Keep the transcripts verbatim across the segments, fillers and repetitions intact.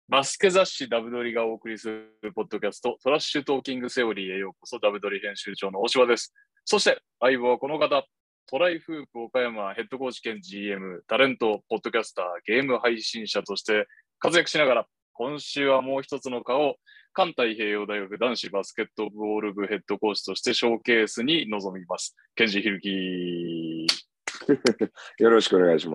バスケ雑誌ダブドリがお送りするポッドキャスト、トラッシュトーキングセオリーへようこそ。ダブドリ編集長の大柴です。そして相棒はこの方、トライフープ岡山ヘッドコーチ兼 ジーエム、タレント、ポッドキャスター、ゲーム配信者として活躍しながら、今週はもう一つの顔、環太平洋大学男子バスケットボール部ヘッドコーチとしてショーケースに臨みます。ケンジヒルキよろしくお願いします。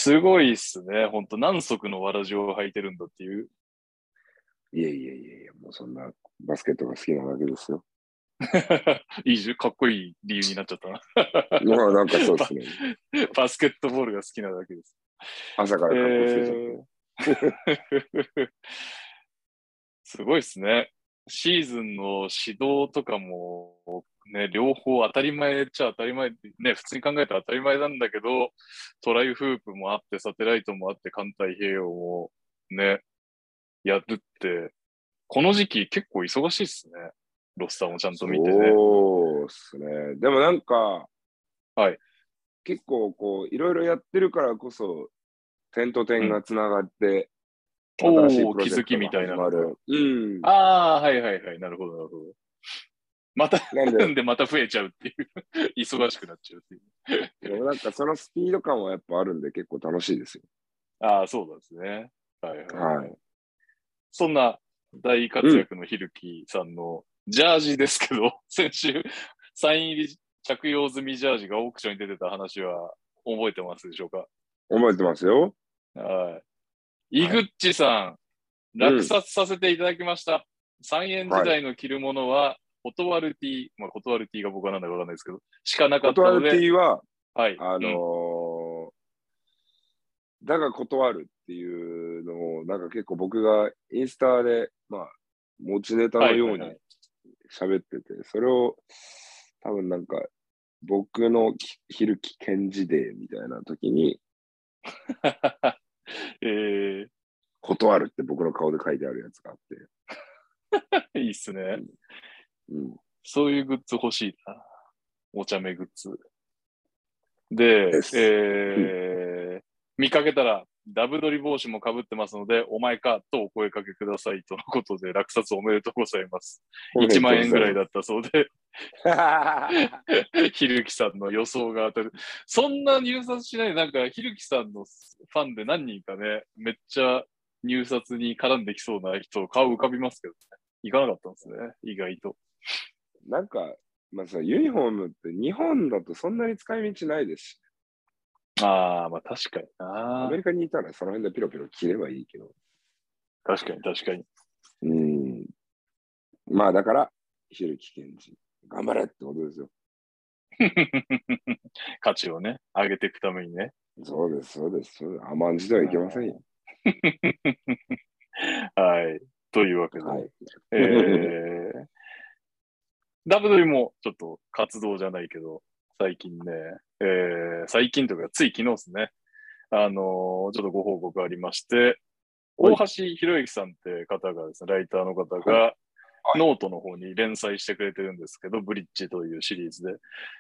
すごいっすね。ほんと何足のわらじを履いてるんだっていう。 いえいえいえいえ、もうそんなバスケットが好きなだけですよ。 いいじゃん、かっこいい理由になっちゃったな。 まあなんかそうですね。 バスケットボールが好きなだけです。 朝から格好つけちゃって。 えー、すごいっすね。シーズンの指導とかも、ね、両方当たり前っちゃ当たり前、ね、普通に考えたら当たり前なんだけど、トライフープもあって、サテライトもあって、環太平洋もね、やるって、この時期結構忙しいっすね。ロスターもちゃんと見てね。 そうっすね。でもなんか、 はい。 結構こう、いろいろやってるからこそ、点と点がつながって、 うん、 新しいプロジェクトが気づきみたいなのが。 始まる。うん。 ああ、はいはいはい。なるほど、なるほど。また、 なんで、 で、 でまた増えちゃうっていう。忙しくなっちゃうっていう。 でもなんかそのスピード感はやっぱあるんで結構楽しいですよ。 ああ、そうなんですね。はいはい、はい。 はい。 そんな大活躍のひるきさんのジャージですけど、先週、サイン入り着用済みジャージがオークションに出てた話は覚えてますでしょうか？ 覚えてますよ。 はい。イグッチさん、落札させていただきました。さんえん時代の着るものは、断る T、まあ断る T が僕はなんだかわかんないですけど、しかなかったので、 断る T は、 はい。 あのーうん 、だが断るっていうのを、なんか結構僕がインスタで、まあ、持ちネタのように喋ってて、それを多分なんか、僕のひるき賢治デーみたいな時に、 えー、 断るって僕の顔で書いてあるやつがあって。 いいっすね、 うんうん。 そういうグッズ欲しいな。お茶目グッズ。で、 です。 えー、見かけたら、ダブドリ帽子も被ってますので、お前かとお声かけくださいとのことで、落札おめでとうございます。いちまんえんぐらいだったそうで、ひるきさんの予想が当たる。そんな入札しない、なんか、ひるきさんのファンで何人かね、めっちゃ入札に絡んできそうな人、顔浮かびますけどね。行かなかったんですね、意外と。 なんか、まあさ、ユニフォームって日本だとそんなに使い道ないですし、 ああ、まあ確かにな。 アメリカにいたらその辺でピロピロ着ればいいけど。 確かに確かに。 うん。まあだから、ひるきけんじ、頑張れってことですよ。 価値をね、上げていくためにね。 そうです、そうです。甘んじてはいけませんよ。 はい。というわけで、 はい、 えー、ダブドリもちょっと活動じゃないけど、最近ね、えー、最近というか、つい昨日ですね、あのー、ちょっとご報告ありまして、大橋博之さんって方がですね、ライターの方が、はい、ノートの方に連載してくれてるんですけど、ブリッジというシリーズで、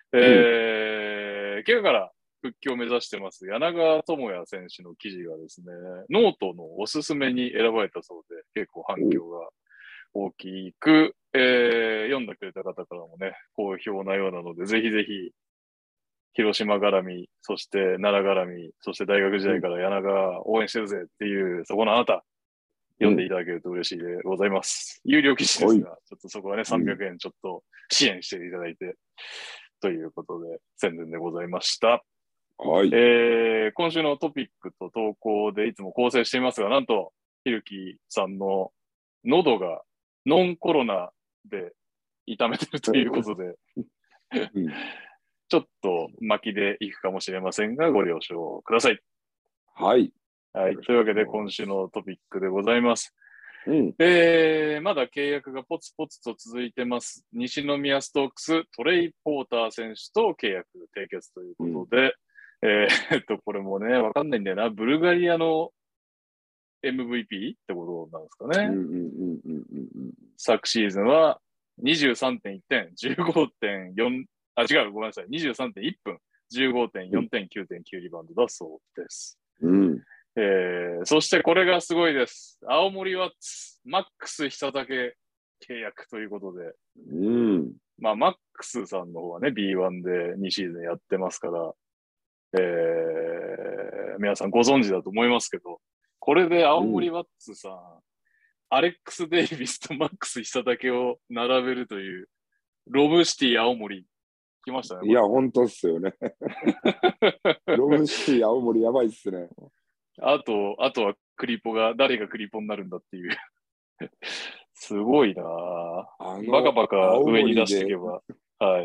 えー、怪我から復帰を目指してます柳川智也選手の記事がですね、ノートのおすすめに選ばれたそうで、結構反響が大きく、えー、読んでくれた方からもね、好評なようなので、ぜひぜひ、広島絡み、そして奈良絡み、そして大学時代から柳川応援してるぜっていう、そこのあなた、読んでいただけると嬉しいでございます。有料記事ですが、ちょっとそこはね、さんびゃくえんちょっと支援していただいて、ということで、宣伝でございました。 はい。 えー、今週のトピックと投稿でいつも構成していますが、なんと、ひるきさんの喉がノンコロナで痛めてるということで、うん、ちょっと巻きでいくかもしれませんが、ご了承ください。 はい。 はい。というわけで、今週のトピックでございます。 うん、 えー、まだ契約がポツポツと続いてます。西宮ストークス、トレイ・ポーター選手と契約締結ということで、うん、えー、っと、これもね、わかんないんだよな。ブルガリアの エムブイピー ってことなんですかね。昨シーズンは にじゅうさんてんいってん、じゅうごてんよん、あ、違う、ごめんなさい。にじゅうさんてんいっぷん、じゅうごてんよんてん、きゅうてんきゅうリバウンドだそうです。 うん、 えー、そしてこれがすごいです。青森ワッツ、マックス久武契約ということで。 うん。 まあ、マックスさんの方はね、ビーワン でにシーズンやってますから、えー、皆さんご存知だと思いますけど、これで青森ワッツさん、うん、アレックス・デイビスとマックス久武を並べるという、ロブシティ青森、来ましたね。 いや、本当っすよね。ロブシティ青森やばいっすね。 あと、あとはクリポが、誰がクリポになるんだっていう。すごいなぁ。バカバカ上に出していけば。はい。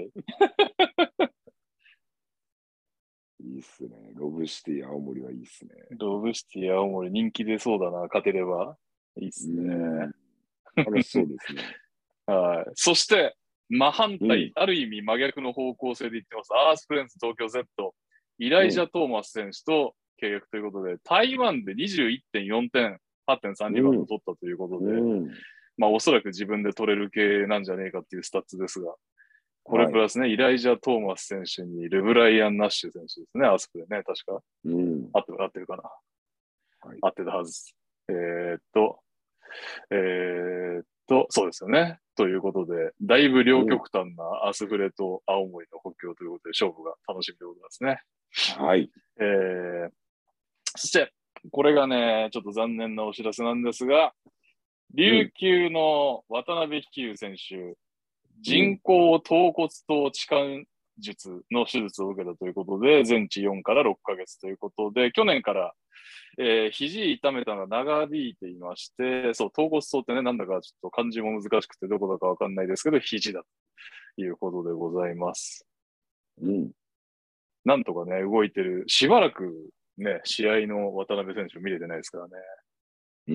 いいっすね。ロブシティ青森はいいっすね。 ロブシティ青森人気出そうだな。勝てれば。いいっすね。 楽しそうですね。 はい。そして、真反対、 うん、 ある意味真逆の方向性で言ってます。アースプレンス東京 Z、イライジャ・トーマス選手と契約ということで、台湾で にじゅういってんよんてん、はちてんさんに 番を取ったということで、 うん、 まあおそらく自分で取れる系なんじゃねえかっていうスタッツですが、これはい、 プラスね、イライジャ・トーマス選手にルブライアン・ナッシュ選手ですね、アースプレンね、確か。 うん、 合ってる、合ってるかな。 はい、 合ってたはず。えー、っと、えー、っと、そうですよね。ということで、だいぶ両極端なアスフレと青森の補強ということで、勝負が楽しみでございますね。 はい。 えー、そして、これがね、ちょっと残念なお知らせなんですが、琉球の渡辺飛球選手、人工頭骨頭置換術の手術を受けたということで、全治よんからろっかげつということで、去年からえー、肘痛めたのが長引いていまして、そう、頭骨層ってね、なんだかちょっと漢字も難しくてどこだかわかんないですけど、肘だということでございます。 うん。 なんとかね、動いてる。しばらくね、試合の渡辺選手見れてないですからね。 うん、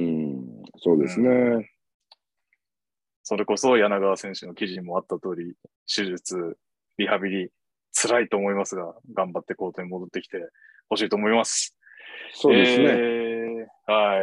そうですうん。 ね。 それこそ柳川選手の記事にもあった通り、手術、リハビリ、辛いと思いますが、頑張ってコートに戻ってきてほしいと思います。 そうですね。 えー、はい。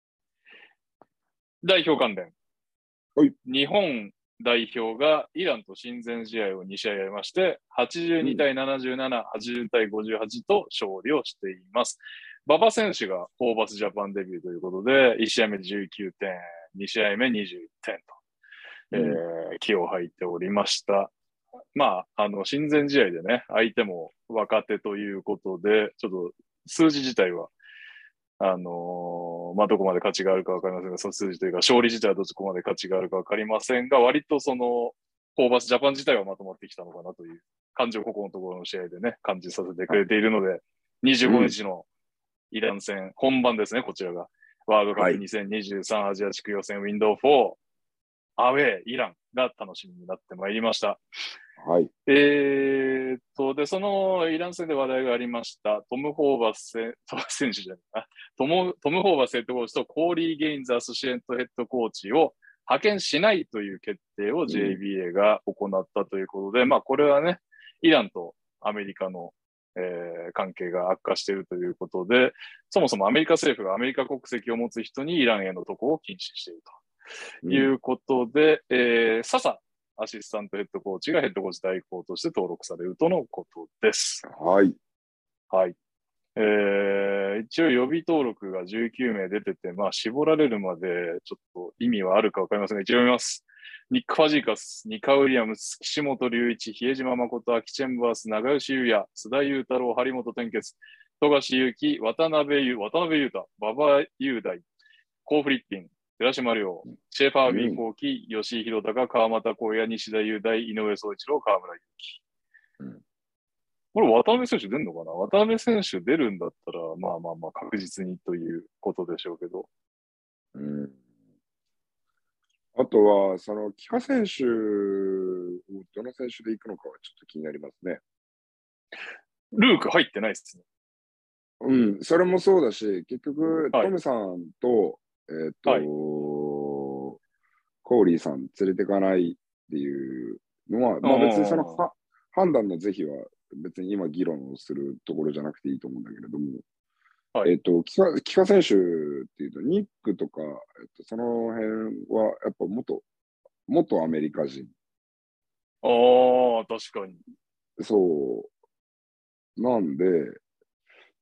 代表関連。 はい。 日本代表がイランと親善試合をに試合やりまして、はちじゅうに対ななじゅうなな、はちじゅう対ごじゅうはちと勝利をしています。馬場選手がホーバスジャパンデビューということで、いち試合目じゅうきゅうてん、に試合目にじゅってんと、えー、気を吐いておりました。まあ、あの、親善試合でね、相手も若手ということで、ちょっと数字自体はあのー、まあ、どこまで価値があるかわかりませんが、その数字というか、勝利自体はどこまで価値があるかわかりませんが、割とその、ホーバスジャパン自体はまとまってきたのかなという感じをここのところの試合でね、感じさせてくれているので、にじゅうごにちのイラン戦、本番ですね、こちらが。ワールドカップにせんにじゅうさんアジア地区予選ウィンドウフォー、アウェー、イランが楽しみになってまいりました。 はい。 えーっと、で、そのイラン戦で話題がありました、トム・ホーバス選手じゃないかトム、トム・ホーバスヘッドコーチとコーリー・ゲインズ・アソシエントヘッドコーチを派遣しないという決定を ジェイビーエー が行ったということで、うん、まあ、これはね、イランとアメリカの、えー、関係が悪化しているということで、そもそもアメリカ政府がアメリカ国籍を持つ人にイランへの渡航を禁止しているということで、うん、えー、笹アシスタントヘッドコーチがヘッドコーチ代行として登録されるとのことです。 はい。 はい。えー、一応予備登録がじゅうきゅうめい出てて、まあ絞られるまでちょっと意味はあるかわかりませんが、一応読みます。ニック・ファジーカス、ニカ・ウィリアムス、岸本隆一、比江島誠、秋チェンバース、長吉優也、須田優太郎、張本天傑、富樫勇樹、渡辺優、渡辺優太、馬場雄大、コーフリッピン、寺島亮、シェーファー・ビー・コーキ、吉井宏隆、川又光也、西田優大、井上総一郎、河村勇輝。うん、これ、渡辺選手出るのかな？渡辺選手出るんだったら、まあまあまあ確実にということでしょうけど。 うん、あとは、その、帰化選手をどの選手で行くのかはちょっと気になりますね。 ルーク入ってないですね。 うん、それもそうだし、結局、 はい、 トムさんと、えっ、と、はい、コーリーさん連れていかないっていうのは、まあ別にその判断の是非は別に今議論をするところじゃなくていいと思うんだけれども、はい、えっ、と、帰化、帰化選手っていうと、ニックとか、えっ、と、その辺はやっぱ元、元アメリカ人。 ああ、確かに。 そう。なんで、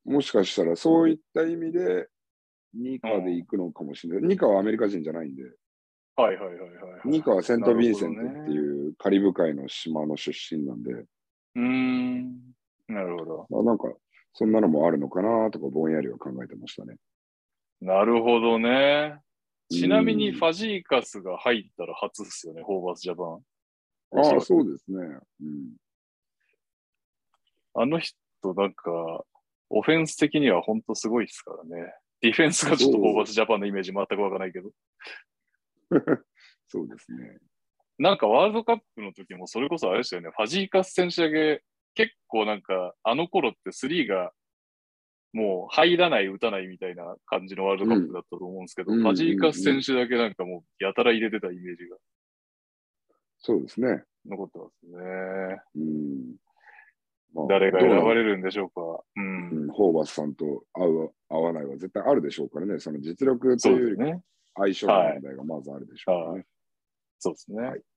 もしかしたらそういった意味で、ニカで行くのかもしれない。うん、ニカはアメリカ人じゃないんで。 はいはいはいはい、はい。 ニカはセント・ヴィンセントってね、 いうカリブ海の島の出身なんで。うーん。なるほど。 まあ、なんか、そんなのもあるのかなとか、ぼんやりは考えてましたね。 なるほどね。ちなみにファジーカスが入ったら初ですよね、ホーバスジャパン。 ああ、そうですね。うん、 あの人、なんか、オフェンス的には本当すごいですからね。ディフェンスがちょっとホーバスジャパンのイメージ全くわからないけど。 そうですね。 なんかワールドカップの時もそれこそあれでしたよね。ファジーカス選手だけ結構なんかあの頃ってスリーがもう入らない、打たないみたいな感じのワールドカップだったと思うんですけど、 うん、 ファジーカスうん、うん。 選手だけなんかもうやたら入れてたイメージがそうですね。 残ってますね。 うん。まあ、 誰が選どうなんばれるんでしょうか。ううん、 ん。 ホーバスさんと合う、合わないは絶対あるでしょうからね。その実力というよりか、 そうですね。 相性のはい。 問題がまずあるでしょうからはい。 ね。 そうですね。 はい。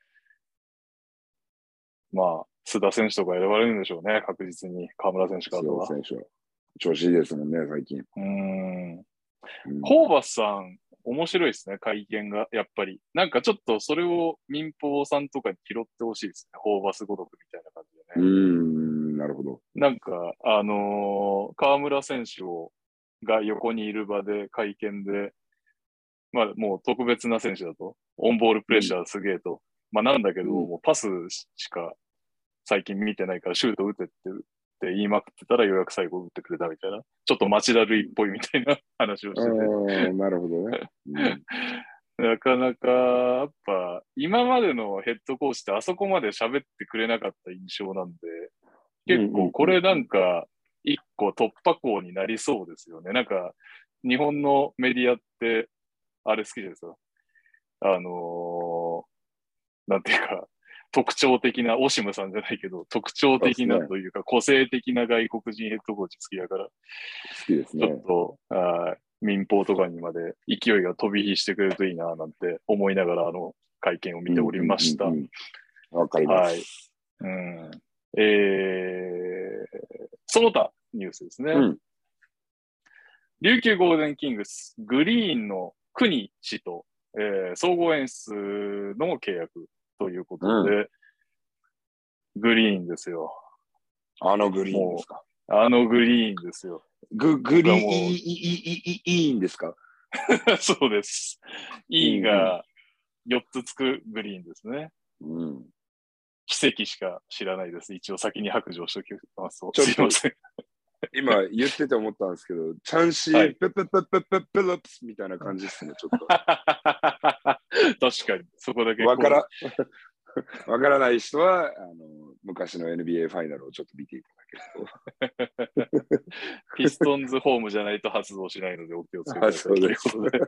まあ、須田選手とか選ばれるんでしょうね。確実に。河村選手か、あとは。 須田選手は調子いいですもんね、最近。 うーん。 うん、 ホーバスさん、面白いですね、会見が、やっぱり。なんかちょっとそれを民放さんとかに拾ってほしいですね。ホーバス語読みたいな感じうーでね。 ん、なるほど。 なんか、あのー河村選手をが横にいる場で会見で、まあもう特別な選手だと、オンボールプレッシャーすげえと。まあなんだけど、 うん、 もうパスしか最近見てないからシュート打てってって言いまくってたらようやく最後打ってくれたみたいな。ちょっと町田塁っぽいみたいな話をあしてて。 あ、なるほどね。うん、 なかなか、やっぱ、今までのヘッドコーチってあそこまで喋ってくれなかった印象なんで、 うん、 結構こうん、 れなんか、一個突破口になりそうですよね。なんか、日本のメディアって、あれ好きですよ。あのー、なんていうか、特徴的な、オシムさんじゃないけど、特徴的そうですね。 なというか、個性的な外国人ヘッドコーチ好きだから、 好きですね。 ちょっと、あ民放とかにまで勢いが飛び火してくれるといいな、なんて思いながら、あの、会見を見ておりうん、うん、うん、 ました。 うん。わかりまはい。 す。 うん。えー、その他ニュースですね。 うん、 琉球ゴールデンキングス、グリーンの国氏と、えー総合演出の契約ということうん。 で、グリーンですよ。 あのグリーンですもか。 う、あのグリーンですよ。 グ、グリーン、 僕はもう、 いい、いい、いい、いいんですか。 そうです。 う E ん、うん。 がよっつつくグリーンですね。 うん。 奇跡しか知らないです。一応先に白状しておきますと。 ちょっと、 すいません。 今言ってて思ったんですけど、チャンシー、 はい。 ペペペペペペロプスみたいな感じですね、ちょっと。 確かに。そこだけこう。 わから、わからない人は、あの、昔の エヌビーエー ファイナルをちょっと見ていただけると。 ピストンズホームじゃないと発動しないのでお気をつけくあ、 ださいというそうです。 ことで。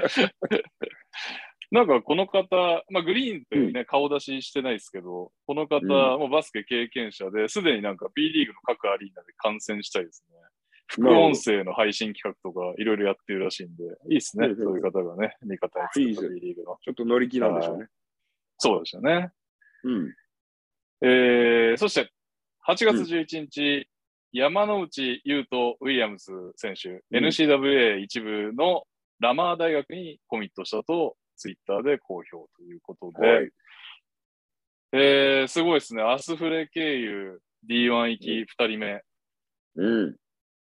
なんかこの方、まあグリーンってね、 うん。 顔出ししてないですけど、この方、 うん。 もうバスケ経験者で、すでになんか B リーグの各アリーナで観戦したいですね。副音なるほど。 声の配信企画とかいろいろやってるらしいんで、いいですね。そういう方がね、味方につくといいですよ。 B リーグの。 ちょっと乗り気なんでしょうはい。 ね。 そうでしたね。 うん。 えー、そして、はちがつうん。 じゅういちにち、山之内優斗ウィリアムズ選手、 うん。 エヌシーダブリューエー 一部のラマー大学にコミットしたと、ツイッターで公表ということで、 はい。 えー、すごいですね。アスフレ経由 ディーワン 行きふたりめ。 うん。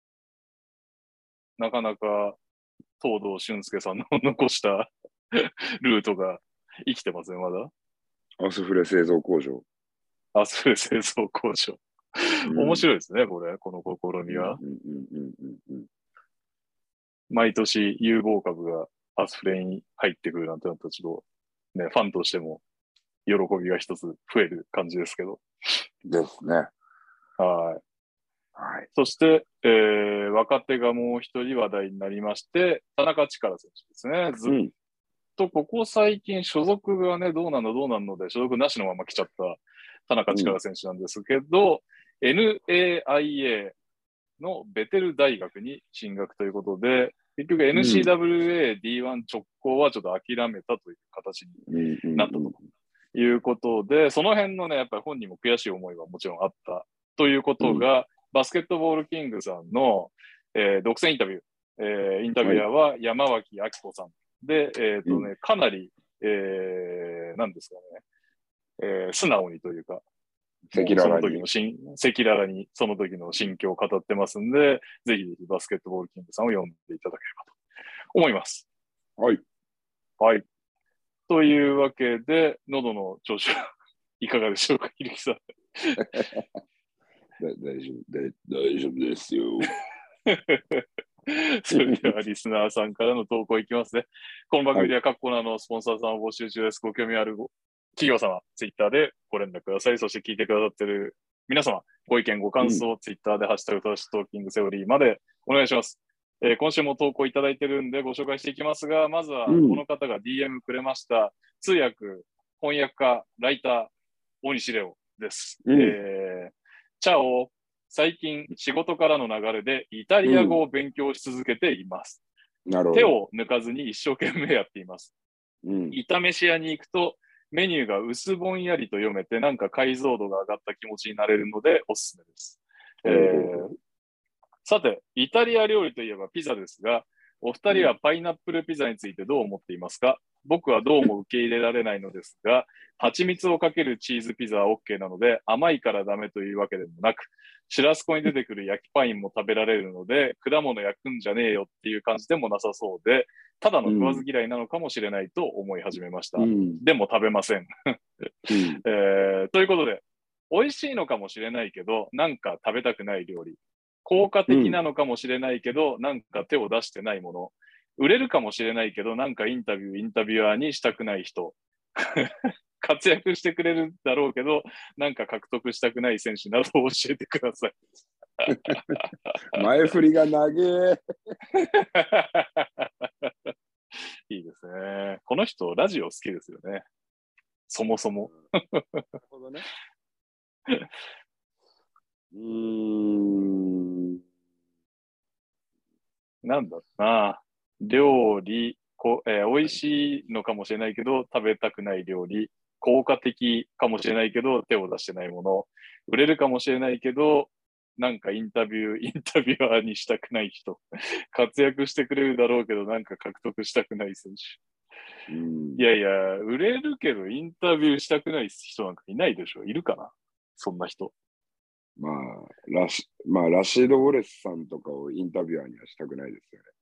なかなか東堂俊介さんの残したルートが生きてますね、まだ。 アスフレ製造工場。 アスフレ製造工場。 うん。 面白いですね、これ、この試うん。うん。 みは。 うん。うん。うん。うん。 毎年有望株がアスフレに入ってくるなんてなったらちょっと、ね、ファンとしても喜びが一つ増える感じですけど。 ですね。 はい。 はい。 そして、えー、若手がもう一人話題になりまして、田中力選手ですね。ずっうん。 とここ最近所属がね、どうなのどうなので、所属なしのまま来ちゃった田中うん。 力選手なんですけど、エヌエーアイエー のベテル大学に進学ということで、結局うん。 エヌシーダブリューエーディーワン 直行はちょっと諦めたという形にうん。うん。 なったということで、その辺のね、やっぱり本人も悔しい思いはもちろんあったということがバスケットボールキングさんの、えー、独占インタビュー。えー、インタビュアーは山脇明子さんで、えっ、とね、うん、かなり、えー、なんですかね、えー、素直にというか、 赤裸々に。 赤裸々にその時の心境を語ってますんで、ぜひぜひバスケットボールキングさんを読んでいただければと思います。 はい。 はい。というわけで、喉の調子はいかがでしょうか、ひるきさん。 大丈夫、大丈夫ですよ。 それではリスナーさんからの投稿いきますね。この番組では各コーナーのスポンサーさんを募集中です。ご興味ある企業様、ツイッターでご連絡ください。そして聞いてくださっている皆様、ご意見、ご感想、うん、ツイッターでハッシュタグトラッシュトーキングセオリーまでお願いします。えー、今週も投稿いただいてるんでご紹介していきますが、まずはこの方が ディーエム くれました、うん、通訳、翻訳家、ライター、大西レオです。うん、えー、チャオ、最近仕事からの流れでイタリア語を勉強し続けています。 うん、なるほど。 手を抜かずに一生懸命やっています。うん、炒めし屋に行くとメニューが薄ぼんやりと読めてなんか解像度が上がった気持ちになれるのでおすすめです。えー、さて、イタリア料理といえばピザですが、お二人はパイナップルピザについてどう思っていますか？僕はどうも受け入れられないのですが、蜂蜜をかけるチーズピザは OK なので、甘いからダメというわけでもなく、シュラスコに出てくる焼きパインも食べられるので、果物焼くんじゃねえよっていう感じでもなさそうで、ただの食わず嫌いなのかもしれないと思い始めました。うん、でも食べません、うんえー。ということで、美味しいのかもしれないけど、なんか食べたくない料理。効果的なのかもしれないけど、うん、なんか手を出してないもの。売れるかもしれないけど、なんかインタビュー、インタビュアーにしたくない人。活躍してくれるだろうけど、なんか獲得したくない選手などを教えてください。 前振りが長え。 いいですね。この人、ラジオ好きですよね。そもそも。なるほどね。うーん。なんだろうな。料理、こえー、美味しいのかもしれないけど、食べたくない料理。効果的かもしれないけど、手を出してないもの。売れるかもしれないけど、なんかインタビュー、インタビュアーにしたくない人。活躍してくれるだろうけど、なんか獲得したくない選手。うん、いやいや、売れるけど、インタビューしたくない人なんかいないでしょ。いるかな、そんな人。 まあ、ラシ、まあ、ラシード・ウォレスさんとかをインタビュアーにはしたくないですよね。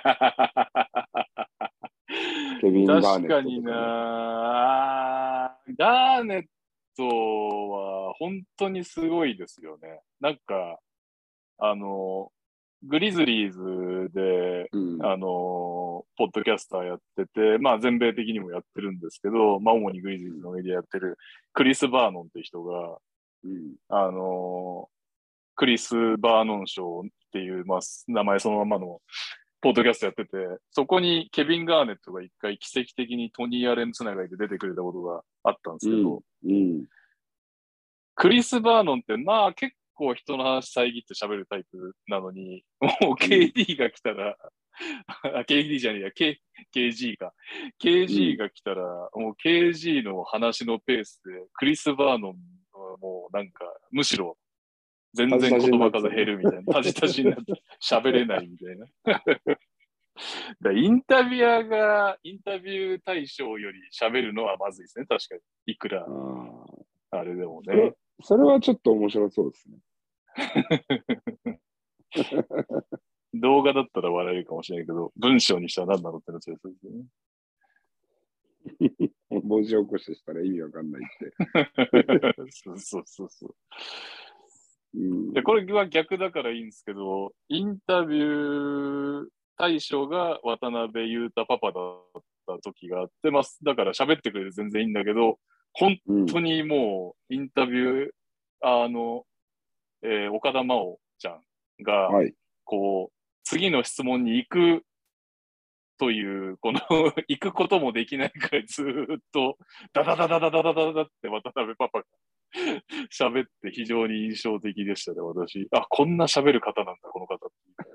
ケビン・ガーネットとか、ね、 確かにな。ガーネットは本当にすごいですよね。なんか、あの、グリズリーズで、うん、あの、ポッドキャスターやってて、まあ全米的にもやってるんですけど、まあ主にグリズリーズのメディアやってるクリス・バーノンって人が、うん、あの、クリス・バーノン賞っていう、まあ名前そのままのポッドキャストやってて、そこにケビン・ガーネットが一回奇跡的にトニー・アレンつながりで出てくれたことがあったんですけど、うんうん、クリス・バーノンってまあ結構人の話遮って喋るタイプなのに、もう ケーディー が来たら、うん、ケーディー じゃねえや、K、ケージー か。ケージー が来たら、うん、もう ケージー の話のペースで、クリス・バーノンはもうなんか、むしろ全然言葉数減るみたいな。タジタジになって喋れないみたいな。だインタビュアーがインタビュー対象より喋るのはまずいですね。確かに。いくら、あれでもね。 それはちょっと面白そうですね。 動画だったら笑えるかもしれないけど、文章にしたら何なのってなっちゃいそうですよね。文字起こししたら意味わかんないって。 そうそうそうそう。うん、でこれは逆だからいいんですけど、インタビュー対象が渡辺裕太パパだった時があってます。だから喋ってくれて全然いいんだけど、本当にもうインタビュー、あの、えー、岡田真央ちゃんが、はい、こう、次の質問に行くという、この行くこともできないくらいずっと、ダダダダダダダダダって渡辺パパが喋って非常に印象的でしたね、私。あ、こんな喋る方なんだ、この方。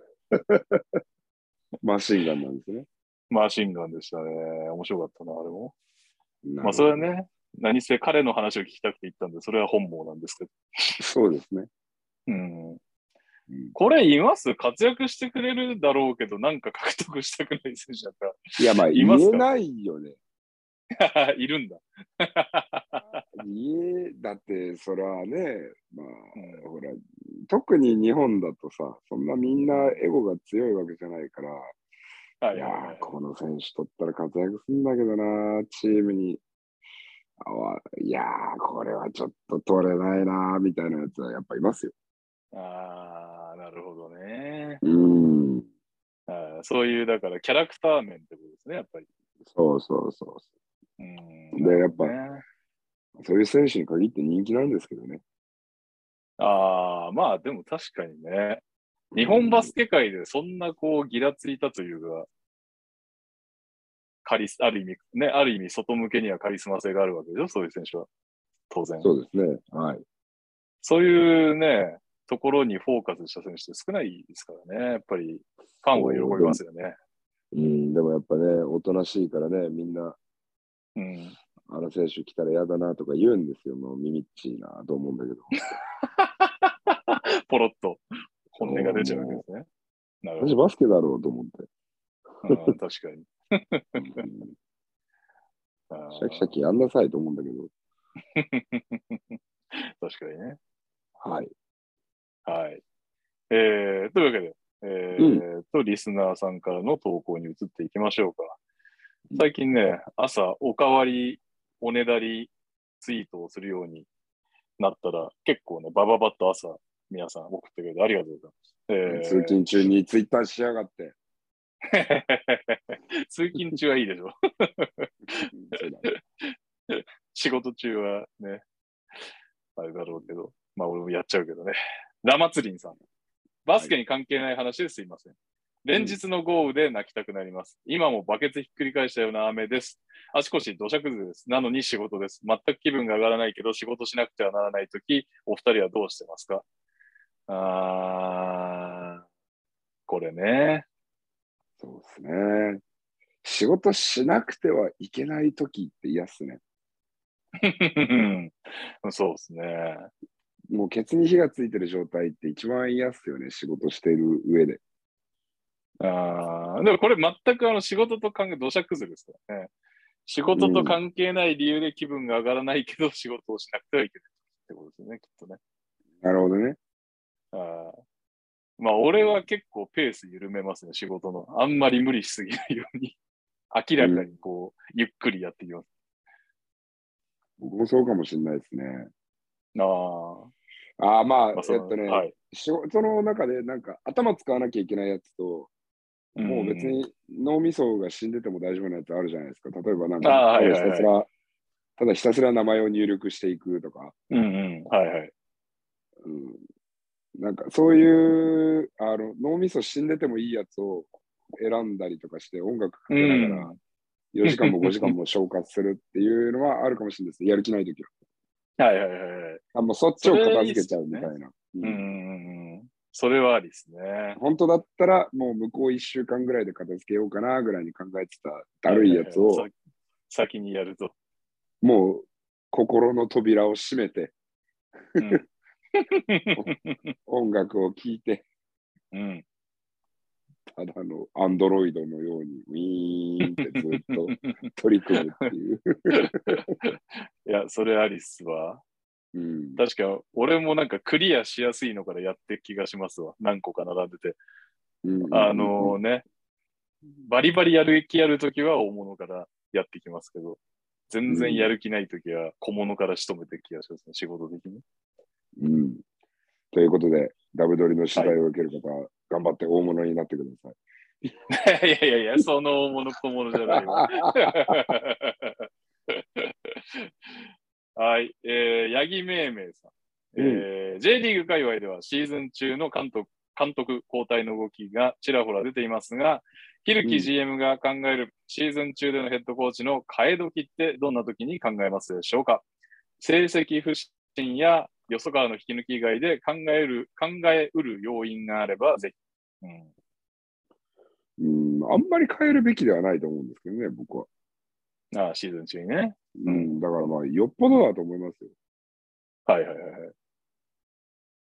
マシンガンなんですね。 マシンガンでしたね。面白かったな、あれも。まあ、それはね、何せ彼の話を聞きたくて言ったんで、それは本望なんですけど。 そうですね。 うん。 これいます活躍してくれるだろうけど、なんか獲得したくない選手だったら。 いや、まあ、 いますか言えないよね。 いるんだ。 言え、だって、それはね、まあ、 うんほら、特に日本だとさ、そんなみんなエゴが強いわけじゃないから、いやー、 はいはいはい。 この選手取ったら活躍するんだけどな、チームに。あわいやー、これはちょっと取れないな、みたいなやつはやっぱいますよ。 ああ、なるほどね。 うーん。 あーそういう、だからキャラクター面ってことですね、やっぱり。 そうそうそううそん、 う。で、 なるやっぱ、 ほどね。 そういう選手に限って人気なんですけどね。 ああ、まあでも確かにね。日本バうん、 スケ界でそんなこう、ギラついたというか、カリス、ある意味、ね、ある意味外向けにはカリスマ性があるわけでしょ、そういう選手は。当然。 そうですね。はい。 そういうね、ところにフォーカスした選手って少ないですからね。やっぱり、ファンは喜そう、 びでも、 ますよね。 うん、でもやっぱね、おとなしいからね、みんな、 うん。 あの選手来たら嫌だなとか言うんですよ。もう耳っちいなと思うんだけど。 ポロッと本音がそう出ちゃうわけでもすね。なう、私るほど。 バスケだろうと思って。 うん、確かに。 うん、 あシャキシャキやんなさいと思うんだけど。 確かにね。 はい。 はい。えー、というわけで、えうん。 ー、と、リスナーさんからの投稿に移っていきましょうか。最近ね、朝、おかわり、おねだりツイートをするようになったら、結構ね、バババッと朝、皆さん送ってくれてありがとうございます。 通え勤中にツイッターしやがって。 ー、通勤中はいいでしょ。 そうだ。 仕事中はね、あれだろうけど、まあ俺もやっちゃうけどね。ラマツリンさん。バはい。 スケに関係ない話ですいません。 うん。 連日の豪雨で泣きたくなります。今もバケツひっくり返したような雨です。あちこち土砂崩れです。なのに仕事です。全く気分が上がらないけど仕事しなくてはならないとき、お二人はどうしてますか？あー、これね。 そうですね。仕事しなくてはいけないときって嫌っすね。 そうですね。 もうケツに火がついてる状態って一番嫌っすよね。仕事してる上で。 あーでもこれ全くあの仕事と関係、土砂崩れですからね。仕事とうん。 関係ない理由で気分が上がらないけど仕事をしなくてはいけないってことですよね、きっとね。 なるほどね。 あーまあ、俺は結構ペース緩めますね、仕事の。あんまり無理しすぎないように。明らかうん。 にこう、ゆっくりやっていきます。 僕もそうかもしれないですね。 ああ、 ああ、まあ、 まあ、その、 えっとね、 はい。 仕事の中でなんか頭使わなきゃいけないやつと、 うもう別ん。 に脳みそが死んでても大丈夫なやつあるじゃないですか。例えばなんか、 ああ、はただひいはいはい。 たすら、ただひたすら名前を入力していくとか、 うんうん。はいはい。 うん、なんかそういう、あの、脳みそ死んでてもいいやつを選んだりとかして音楽うかけながらん。 よじかんもごじかんも消化するっていうのはあるかもしれないです。やる気ないときは。 はいはいはいはい。 あ、もうそっちそをれいいっす片付けちゃよね。 うみたいな。ううんうん、 んうん。それはありですね。 本当だったらもう向こういっしゅうかんぐらいで片付けようかなぐらいに考えてただるいはいはいはい。さ、 やつを、 先にやると。 もう心の扉を閉めて、 うん。 音楽を聴いて、 うん。 ただのアンドロイドのようにウィーンってずっと取り組むっていう。 いや、それありっすわ。 うん、 確か、俺もなんかクリアしやすいのからやって気がしますわ。何個か並んでて。 うんうんあうんうん。 のね、バリバリやる気やるときは大物からやってきますけど、全然やる気ないときは小物から仕留めて気がしますね、仕事的に。 うん。ということで、ダブドリの取はい。 材を受ける方は、頑張って大物になってください。 いやいやいや、その大物小物じゃないわ。はい。えー、八木めいめいさん。 うん。 えー、J リーグ界隈ではシーズン中の監督、監督交代の動きがちらほら出ていますが、ヒルキうん。 ジーエム が考えるシーズン中でのヘッドコーチの替え時ってどんな時に考えますでしょうか？成績不振やよそからの引き抜き以外で考える、考えうる要因があればぜひ。うん、 うん、あんまり変えるべきではないと思うんですけどね、僕は。 ああ、シーズン中にね。うん。 うん、だからまあ、よっぽどだと思いますよ。 はいはいはいはい。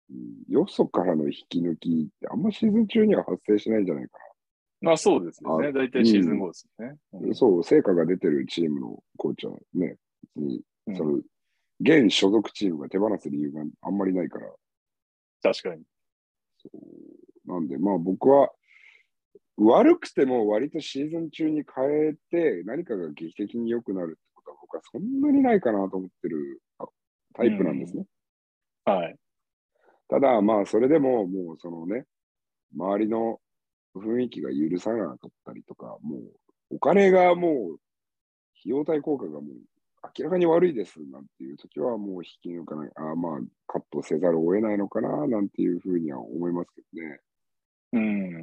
よそからの引き抜きってあんまシーズン中には発生しないんじゃないかまあそうですよな。 ね。 あ、 大体シーズン後ですよね。 うん、そう、成果が出てるチームのコーチはね、別に、 うん、 その、現所属チームが手放す理由があんまりないから。 確かに。 そうなんで、まあ僕は、悪くても割とシーズン中に変えて何かが劇的に良くなるってことは僕はそんなにないかなと思ってるタイプなんですね。 うん、はい。 ただまあそれでももうそのね、周りの雰囲気が許さなかったりとか、もうお金がもう費用対効果がもう明らかに悪いですなんていう時はもう引き抜かない、あまあカットせざるを得ないのかななんていうふうには思いますけどね。 うん。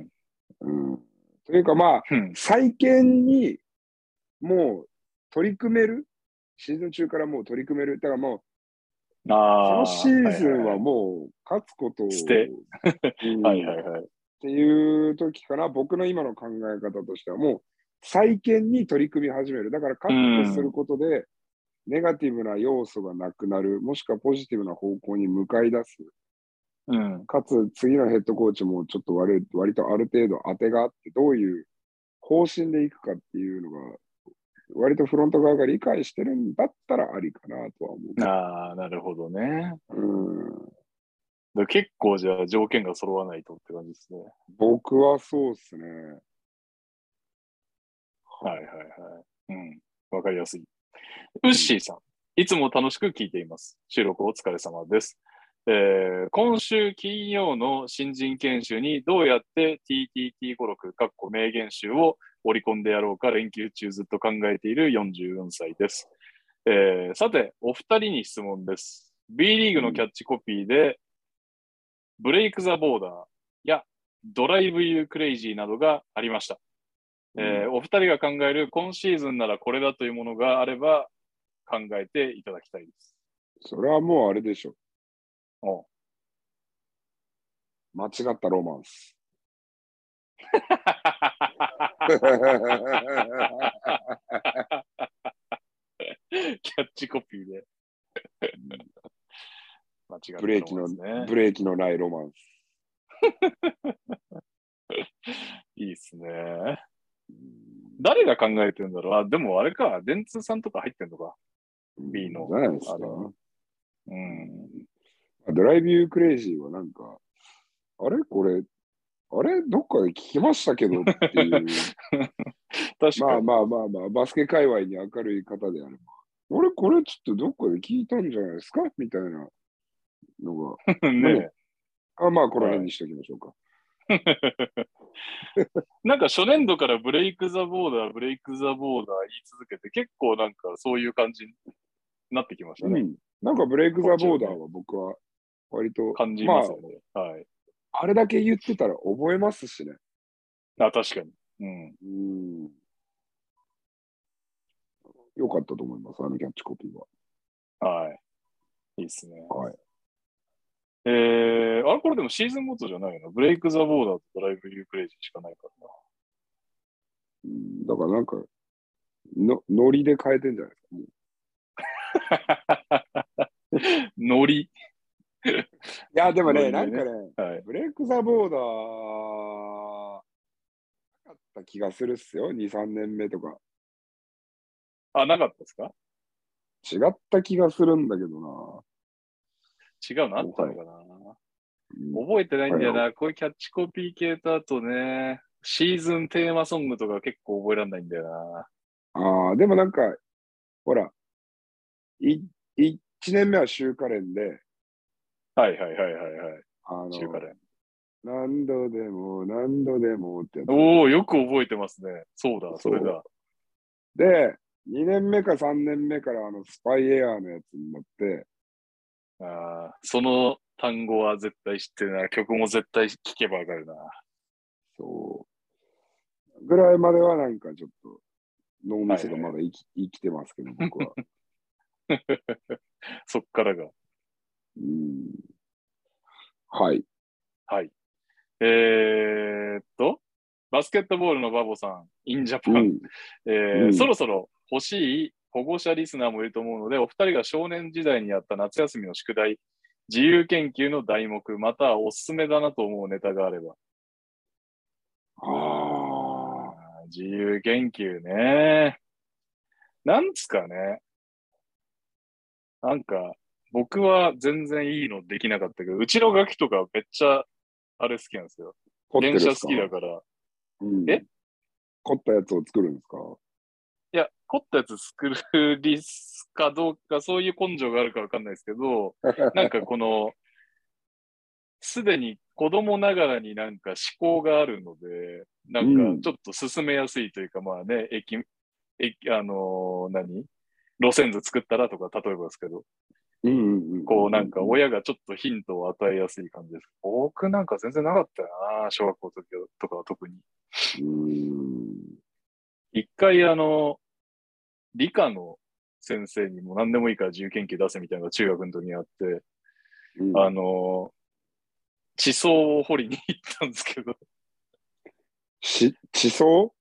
うん、というかまあ、 うん、 再建にもう取り組める、シーズン中からもう取り組める。だからもう、 あそのあ、 シーズンははいはいはい。 もう勝つことして。 を、うはいん、っはいはい。 ていう時かな、僕の今の考え方としては、もう再建に取り組み始める。だからカうットするん。 ことで、ネガティブな要素がなくなる、もしくはポジティブな方向に向かい出す。 うん。 かつ、次のヘッドコーチもちょっと割割とある程度当てがあって、どういう方針でいくかっていうのが、割とフロント側が理解してるんだったらありかなとは思うけど。 ああ、なるほどね。 うん、 だ結構じゃあ条件が揃わないとって感じですね。 僕はそうですね。 はいはいはい。 はい。うん。わかりやすい。ウッシーさん、いつも楽しく聞いています。収録お疲れ様です。えー、今週金曜の新人研修にどうやって ティーティーティー 語録、かっこ名言集を織り込んでやろうか連休中ずっと考えているよんじゅうよんさいです。えー、さて、お二人に質問です。B リーグのキャッチコピーで、ブレイク・ザ・ボーダーやドライブ・ユー・クレイジーなどがありました。えー、お二人が考える今シーズンならこれだというものがあれば考えていただきたいです。 それはもうあれでしょ。 お間違ったロマンス。 キャッチコピーで間違ったロブレーキの、 マンですね。 ブレーキのないロマンス。 いいっすね。誰が考えてるんだろう。あ、でもあれか、電通さんとか入ってんのか。B の。 じゃないですか。 あれは。うん。 ドライブ・ユー・クレイジーはなんか、あれこれ、あれどっかで聞きましたけどっていう、 確かに。 まあまあまあまあ、バスケ界隈に明るい方であれば、あれこれちょっとどっかで聞いたんじゃないですかみたいなのが、まあね、 ねあまあこえ。 の辺はい。 にしておきましょうか。 なんか初年度からブレイク・ザ・ボーダー、ブレイク・ザ・ボーダー言い続けて、結構なんかそういう感じになってきましたね。 うん。なんかブレイク・ザ・こっちはね。 ボーダーは僕は割と、 感じまあ、 ますよね。はい。 あれだけ言ってたら覚えますしね。 あ、確かに。うん。 うん。よかったと思います、あのキャッチコピーは。 はい。いいっすね。 はい。 えー、あれこれでもシーズンごとじゃないのブレイク・ザ・ボーダーとドライブ・ユー・クレイジーしかないからな。 うん、だからなんか、の、ノリで変えてんじゃないですか。 ノリ。 いや、でもね、 ノリでね。 なんかね、 はい。 ブレイク・ザ・ボーダー、なかった気がするっすよ、に、さんねんめとか。 あ、なかったですか？ 違った気がするんだけどな。 違うのあっもはや。 たのかな？ うん、 覚えてないんもはや。 だよな。こういうキャッチコピー系とあとね、シーズンテーマソングとか結構覚えられないんだよな。 ああ、でもなんか、ほら、い、いちねんめはシューカレンで、 はいはいはいはいはい。 あの、 中華連。 何度でも何度でもってやつ。 おー、よく覚えてますね。そうだ、それそだ。 う。で、にねんめかさんねんめからあのスパイエアーのやつになって、 あーその単語は絶対知ってるな。曲も絶対聴けばわかるな。 そう。ぐらいまではなんかちょっと脳みそがはいはい。 まだ生き、生きてますけど、僕は。 そっからが。 うん。はい。 はい。えーっと、バスケットボールのバボさん、インジャパン。 うん。 えー、そうん。 ろそろ欲しい保護者リスナーもいると思うので、お二人が少年時代にやった夏休みの宿題、 自由研究の題目、またはおすすめだなと思うネタがあれば。 ああ。 自由研究ね。なんつかね。なんか、僕は全然いいのできなかったけど、うちのガキとかめっちゃ、あれ好きなんですよ。 凝って電車好るっすか？ きだから。 うん。 え凝ったやつを作るんですか？ いや、凝ったやつ作るリスかどうか、そういう根性があるかわかんないですけど、なんかこの、すでに子供ながらになんか思考があるので、なんかうん。 ちょっと進めやすいというか、まあね、駅、駅、あのー何路線図作ったらとか、例えばですけど、 うんうんうんこうなんかうんうん。 親がちょっとヒントを与えやすい感じです。僕なんか全然なかったよな、小学校の時とかは特に。 うーん。 一回あの、理科の先生にも何でもいいから自由研究出せみたいなのが中学の時にあって、あうん。 の、地層を掘りに行ったんですけど、 し、地層？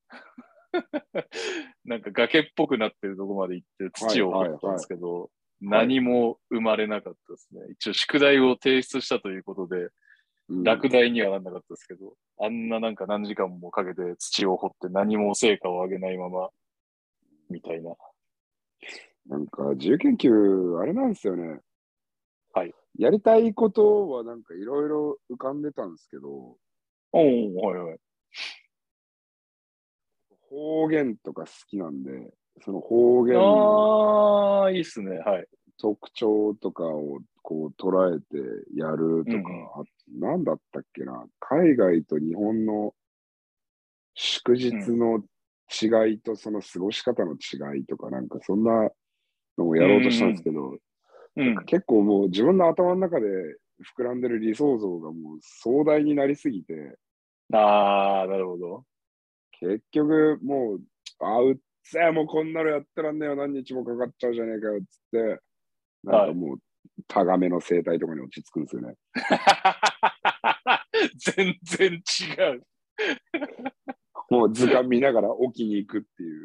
なんか崖っぽくなってるとこまで行って土はいを掘ったんではいはい。 すけど、 はい。 何も生まれなかったですね。一応宿題を提出したということで、 うん。 落第にはなんなかったですけど、あんななんか何時間もかけて土を掘って何も成果を上げないまま、みたいな。 なんか、自由研究、あれなんですよね。 はい。 やりたいことはなんかいろいろ浮かんでたんですけど、 おー、はいはい。 方言とか好きなんで、その方言のあー、いいっすね。はい。 特徴とかをこう捉えてやるとか、 うんうん。 あ、なんだったっけな、海外と日本の祝日うん。 の違いとその過ごし方の違いとか、なんかそんなのをうやろうとしたんですんけど、 うん。うん。 結構もう自分の頭の中で膨らんでる理想像がもう壮大になりすぎて、 あー、なるほど。 結局もう、あうっつえ、もうこんなのやってらんねえよ、何日もかかっちゃうじゃねえかよ、つって、なんはい。 かもう、タガメの生態とかに落ち着くんですよね。 全然違う。 もう図鑑見ながら置きに行くっていう、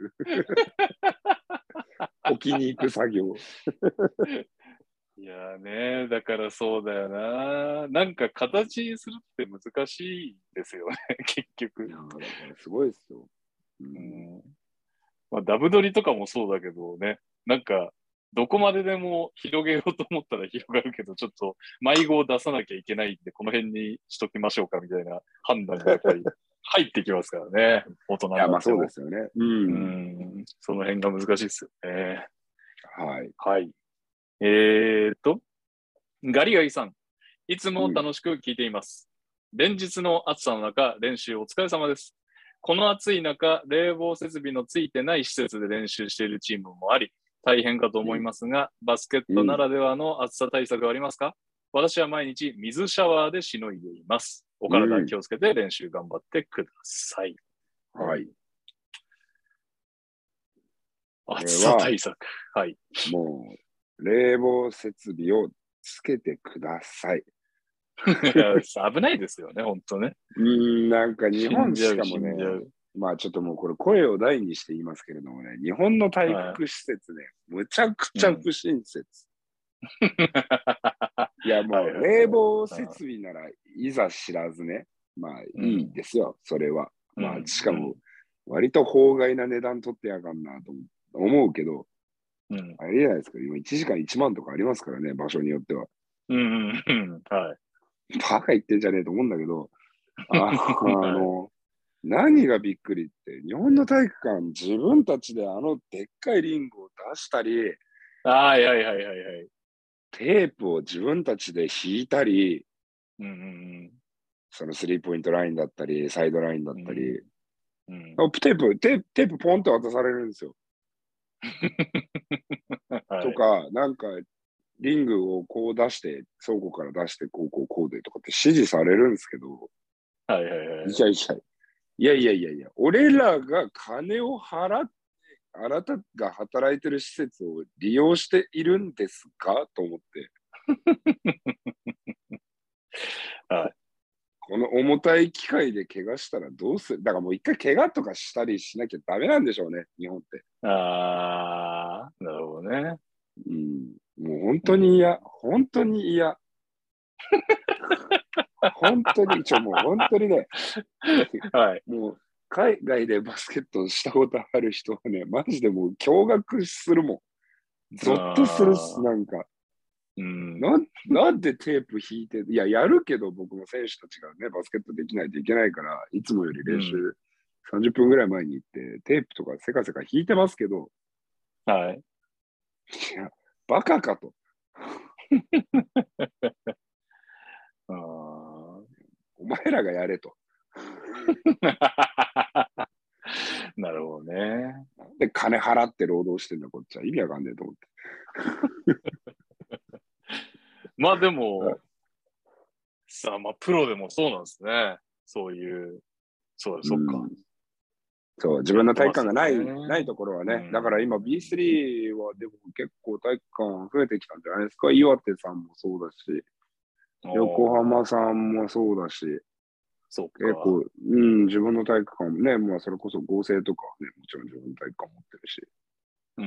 置きに行く作業。 いやーね、だからそうだよな。なんか形にするって難しいですよね、結局。 いやーだからすごいですよ。うん。 うん。まあ、ダブドリとかもそうだけどね、なんか、どこまででも広げようと思ったら広がるけど、ちょっと迷子を出さなきゃいけないんで、この辺にしときましょうかみたいな判断がやっぱり入ってきますからね、大人いや、まあそうでになっても。 すよね。ううん。 ん、その辺が難しいですよね。 はい。 はい。えーっと、ガリガリさん、いつもうん。 楽しく聞いています。連日の暑さの中、練習お疲れ様です。この暑い中、冷房設備のついてない施設で練習しているチームもあり、大変かと思いうん。 ますが、バスケッうん。 トならではの暑さ対策はありますか？私は毎日水シャワーでしのいでいます。おう体ん。 気をつけて練習頑張ってください。はい。 はい。こ暑れは、 さ対策。はい。 もう、冷房設備をつけてください。 危ないですよね、本当ね。 うーん、なんか日本死んじゃう、 しかもね、 死んじゃう。 まあちょっともうこれ声を大にして言いますけれどもね、日本の体は育施設ね、むちゃくい。 ちゃうん。 不親切。いやもうはいはい冷房はい。 設備ならいざ知らずね、まあうん。 いいですよ、それは。まあうん。 しかもうん。 割と法外な値段取ってやがんなと思うけど、 うん。 あれじゃないですか、今いちじかんいちまんとかありますからね、場所によっては。 うん。うん。はい。 バカ言ってんじゃねえと思うんだけど、あ、あはい。 の、何がびっくりって、日本の体育館、自分たちであのでっかいリングを出したり、 はいはいはいはいはい。 テープを自分たちで引いたり、 うんうんそのスリーポイントラインだったり、サイドラインだっうん。 たり、 うん。うん。 テープ、テープ、テープポンって渡されるんですよ。 はい。 とか、なんか、リングをこう出して、倉庫から出して、こうこうこうでとかって指示されるんですけど、 はいはいはい。 いやいや、いやいやいやいや、俺らが金を払って、あなたが働いてる施設を利用しているんですかと思って、こ、 はい。 この重たい機械で怪我したらどうする？だからもう一回怪我とかしたりしなきゃダメなんでしょうね、日本って。 あー、なるほどね。 うん、もう本うん。 当に嫌、本当に嫌。 本当に、ちょ、もう本当にね、 はい。 もう海外でバスケットしたことある人はね、マジでもう驚愕するもん。ゾッとするっす、 あーなんか。 うん。 なん、なんでテープ引いて、いや、やるけど僕も選手たちがね、バスケットできないといけないから、いつもより練習うん。 さんじゅっぷんぐらい前に行って、テープとかせかせか引いてますけど、 はい。 いや、バカかと。 あーお前らがやれと。 なるほどね。 なんで金払って労働してんだ、こっちは。意味わかんねえと思って。 まあでも、さあ、まあプロでもそうなんですね。そういう、そうそっか。 うん、そう、自やっ分の体育てますよ館がない、なね。 いところはうね。だから今ん。 ビースリー はでも結構体育館増えてきたんじゃないですか。岩手さんもそうだし、横浜おー、 さんもそうだし、 そっか。 結構、うん、自分の体育館もね、まあそれこそ合成とかはね、もちろん自分の体育館持ってるし、 うん。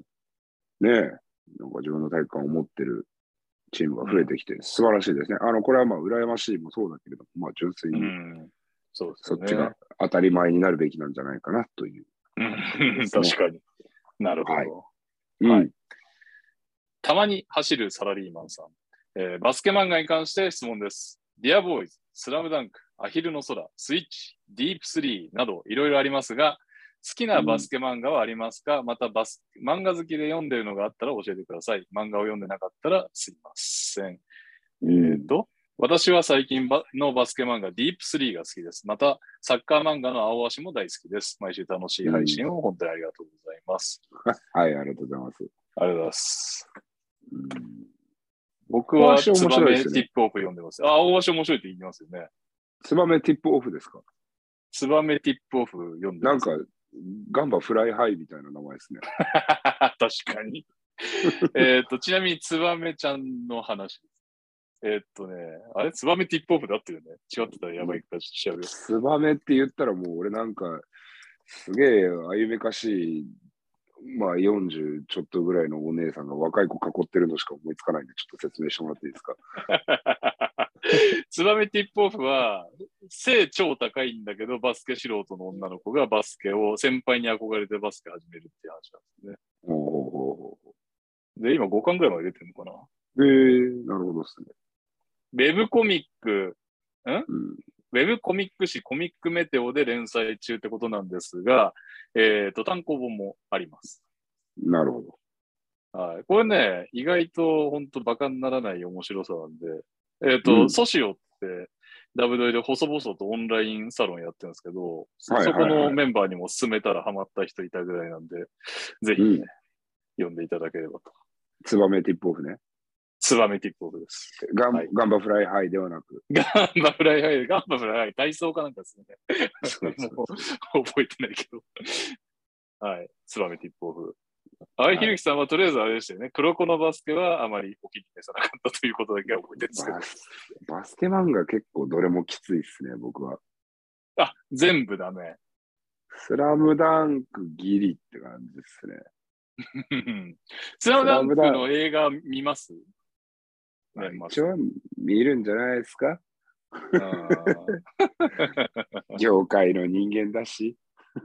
ねえ、なんか自分の体育館を持ってるチームが増えうん。 てきて素晴らしいですね。あの、これはまあ羨ましいもそうだけれども、まあ純粋うにん。そうですそっちがよね。 当たり前になるべきなんじゃないかなというう感じでん。 すね。 確かに。なるほはい。 ど。はい。 うん。 たまに走るサラリーマンさん。えーバスケ漫画に関して質問です。ディアボーイズ、スラムダンク、アヒルの空、スイッチ、ディープスリーなどいろいろありますが、好きなバスケ漫画はありますか？またバス、漫画好きで読んでるのがあったら教えてください。漫画を読んでなかったらすいません。 うん。 えっと、私は最近のバスケ漫画、ディープスリーが好きです。また、サッカー漫画の青足も大好きです。毎週楽しいうん。 配信を本当にありがとうございます。 はい、ありがとうございます。 ありがとうございます。 うん。 僕は大足面ツバメ白いですね。 ティップオフ読んでます。あ、青足面白いって言いますよね。 ツバメティップオフですか？ ツバメティップオフ読んでなんか、 ますよ。 ガンバフライハイみたいな名前ですね。 確かに。えっと、ちなみにツバメちゃんの話です。えっとね、あれツバメティップオフだってるね。違ってたらやばいからちょっと調べよツバメって言ったらもう俺なんか、すげえ歩めかしい、まあよんじゅうちょっとぐらいのお姉さんが若い子囲ってるのしか思いつかないんで、ちょっと説明してもらっていいですか？ う。ツバメティップオフは、背超高いんだけど、バスケ素人の女の子がバスケを、先輩に憧れてバスケ始めるっていう話なんですね。 ほうほうほうほで、今ごかんぐらいまで出てるのかな。 う。えー、なるほどですね。 ウェブコミック、んうん。 ウェブコミック誌コミックメテオで連載中ってことなんですが、えっ、と、単行本もあります。 なるほど。 はい。これね、意外と本当バカにならない面白さなんで、えっ、と、 うん。 ソシオってダブドリで細々とオンラインサロンやってるんですけど、そ、 はいそこはいはい。 のメンバーにも勧めたらハマった人いたぐらいなんで、ぜひね、 うん。 読んでいただければと。 ツバメティップオフね。 ツバメティップオフです。 ガン、 はい。 ガンバフライハイではなく。 ガンバフライハイ、ガンバフライハイ、体操かなんかですね。 そうもそうそう覚えてないけど。はい。ツバメティップオフ。あいう。はい。 ひるきさんはとりあえずあれでしたよね。黒子のバスケはあまりお気に召さなかったということだけは覚えてるんですけど。 バス、バスケ漫画結構どれもきついっすね、僕は。 あ、全部ダメ。 スラムダンクギリって感じですね。 スラムスダンクラムダンの映画見ますまあ、 年末。 一応見るんじゃないですか？ あ業界の人間だし。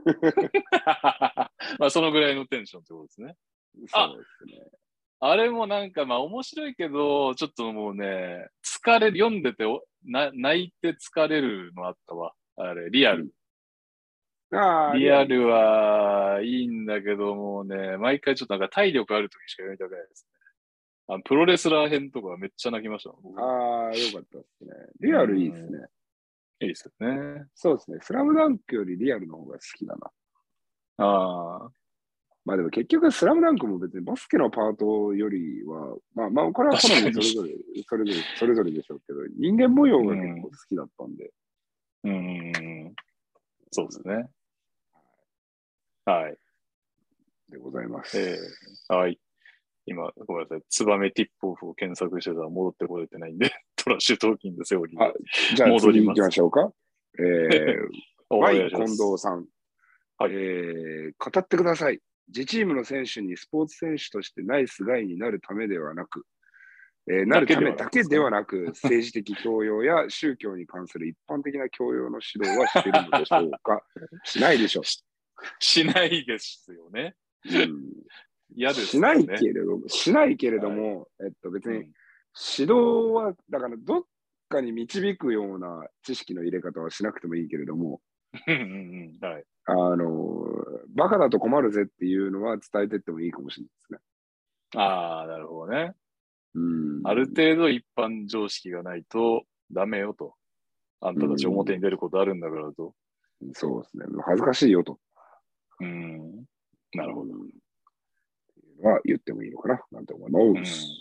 まあ、そのぐらいのテンションってことですね。あ、 そうですね。 あれもなんかまあ面白いけど、ちょっともうね、疲れる、読んでておな泣いて疲れるのあったわ。あれ、リアル。 うん、ああ、リアリアルルいいですね。 はいいんだけどもね、毎回ちょっとなんか体力ある時しか読みたくないですね。あのプロレスラー編とかめっちゃ泣きました、僕。 ああ、よかったですね。 うリアルいいですん。 ね。 いいですよね。 そうですね。スラムダンクよりリアルの方が好きだな。 ああ、 まあでも結局スラムダンクも別にバスケのパートよりは、まあまあこれは好確かに。 みそれぞれ、それぞれ、それぞれでしょうけど、人間模様うが結構ん。 好きだったんで。 うん。そうですね。はい。 でございます。 えー、はい。今、ごめんなさい。ツバメティップオフを検索してたら戻ってこれてないんで、トラッシュトーキングセオリーあ、 でじゃあ次行きま戻ります。 しょうか。えー、 お願 Y いしま近藤す。 さん。 はい。 えー、語ってください。自チームの選手にスポーツ選手としてナイスガイになるためではなく、 えーなるためだけではなく、政治的教養や宗教に関する一般的な教養の指導はしているのでしょうか。しないでしょう。 し、しないですよね。 うん、 嫌ですしなよね。 いけれども、しないけれども、えっと別にうん指導は、だからどっかに導くような知識の入れ方はしなくてもいいけれども、 うんうんうんはい。 あの、バカだと困るぜっていうのは伝えてってもいいかもしれないですね。 ああ、なるほどね。 うん。 ある程度一般常識がないとダメよと。あんたたち表に出ることあるんだからと。 そうですね。恥ずかしいよと。 うん。なるほど。 うん、は言ってもいいのかななんて思います。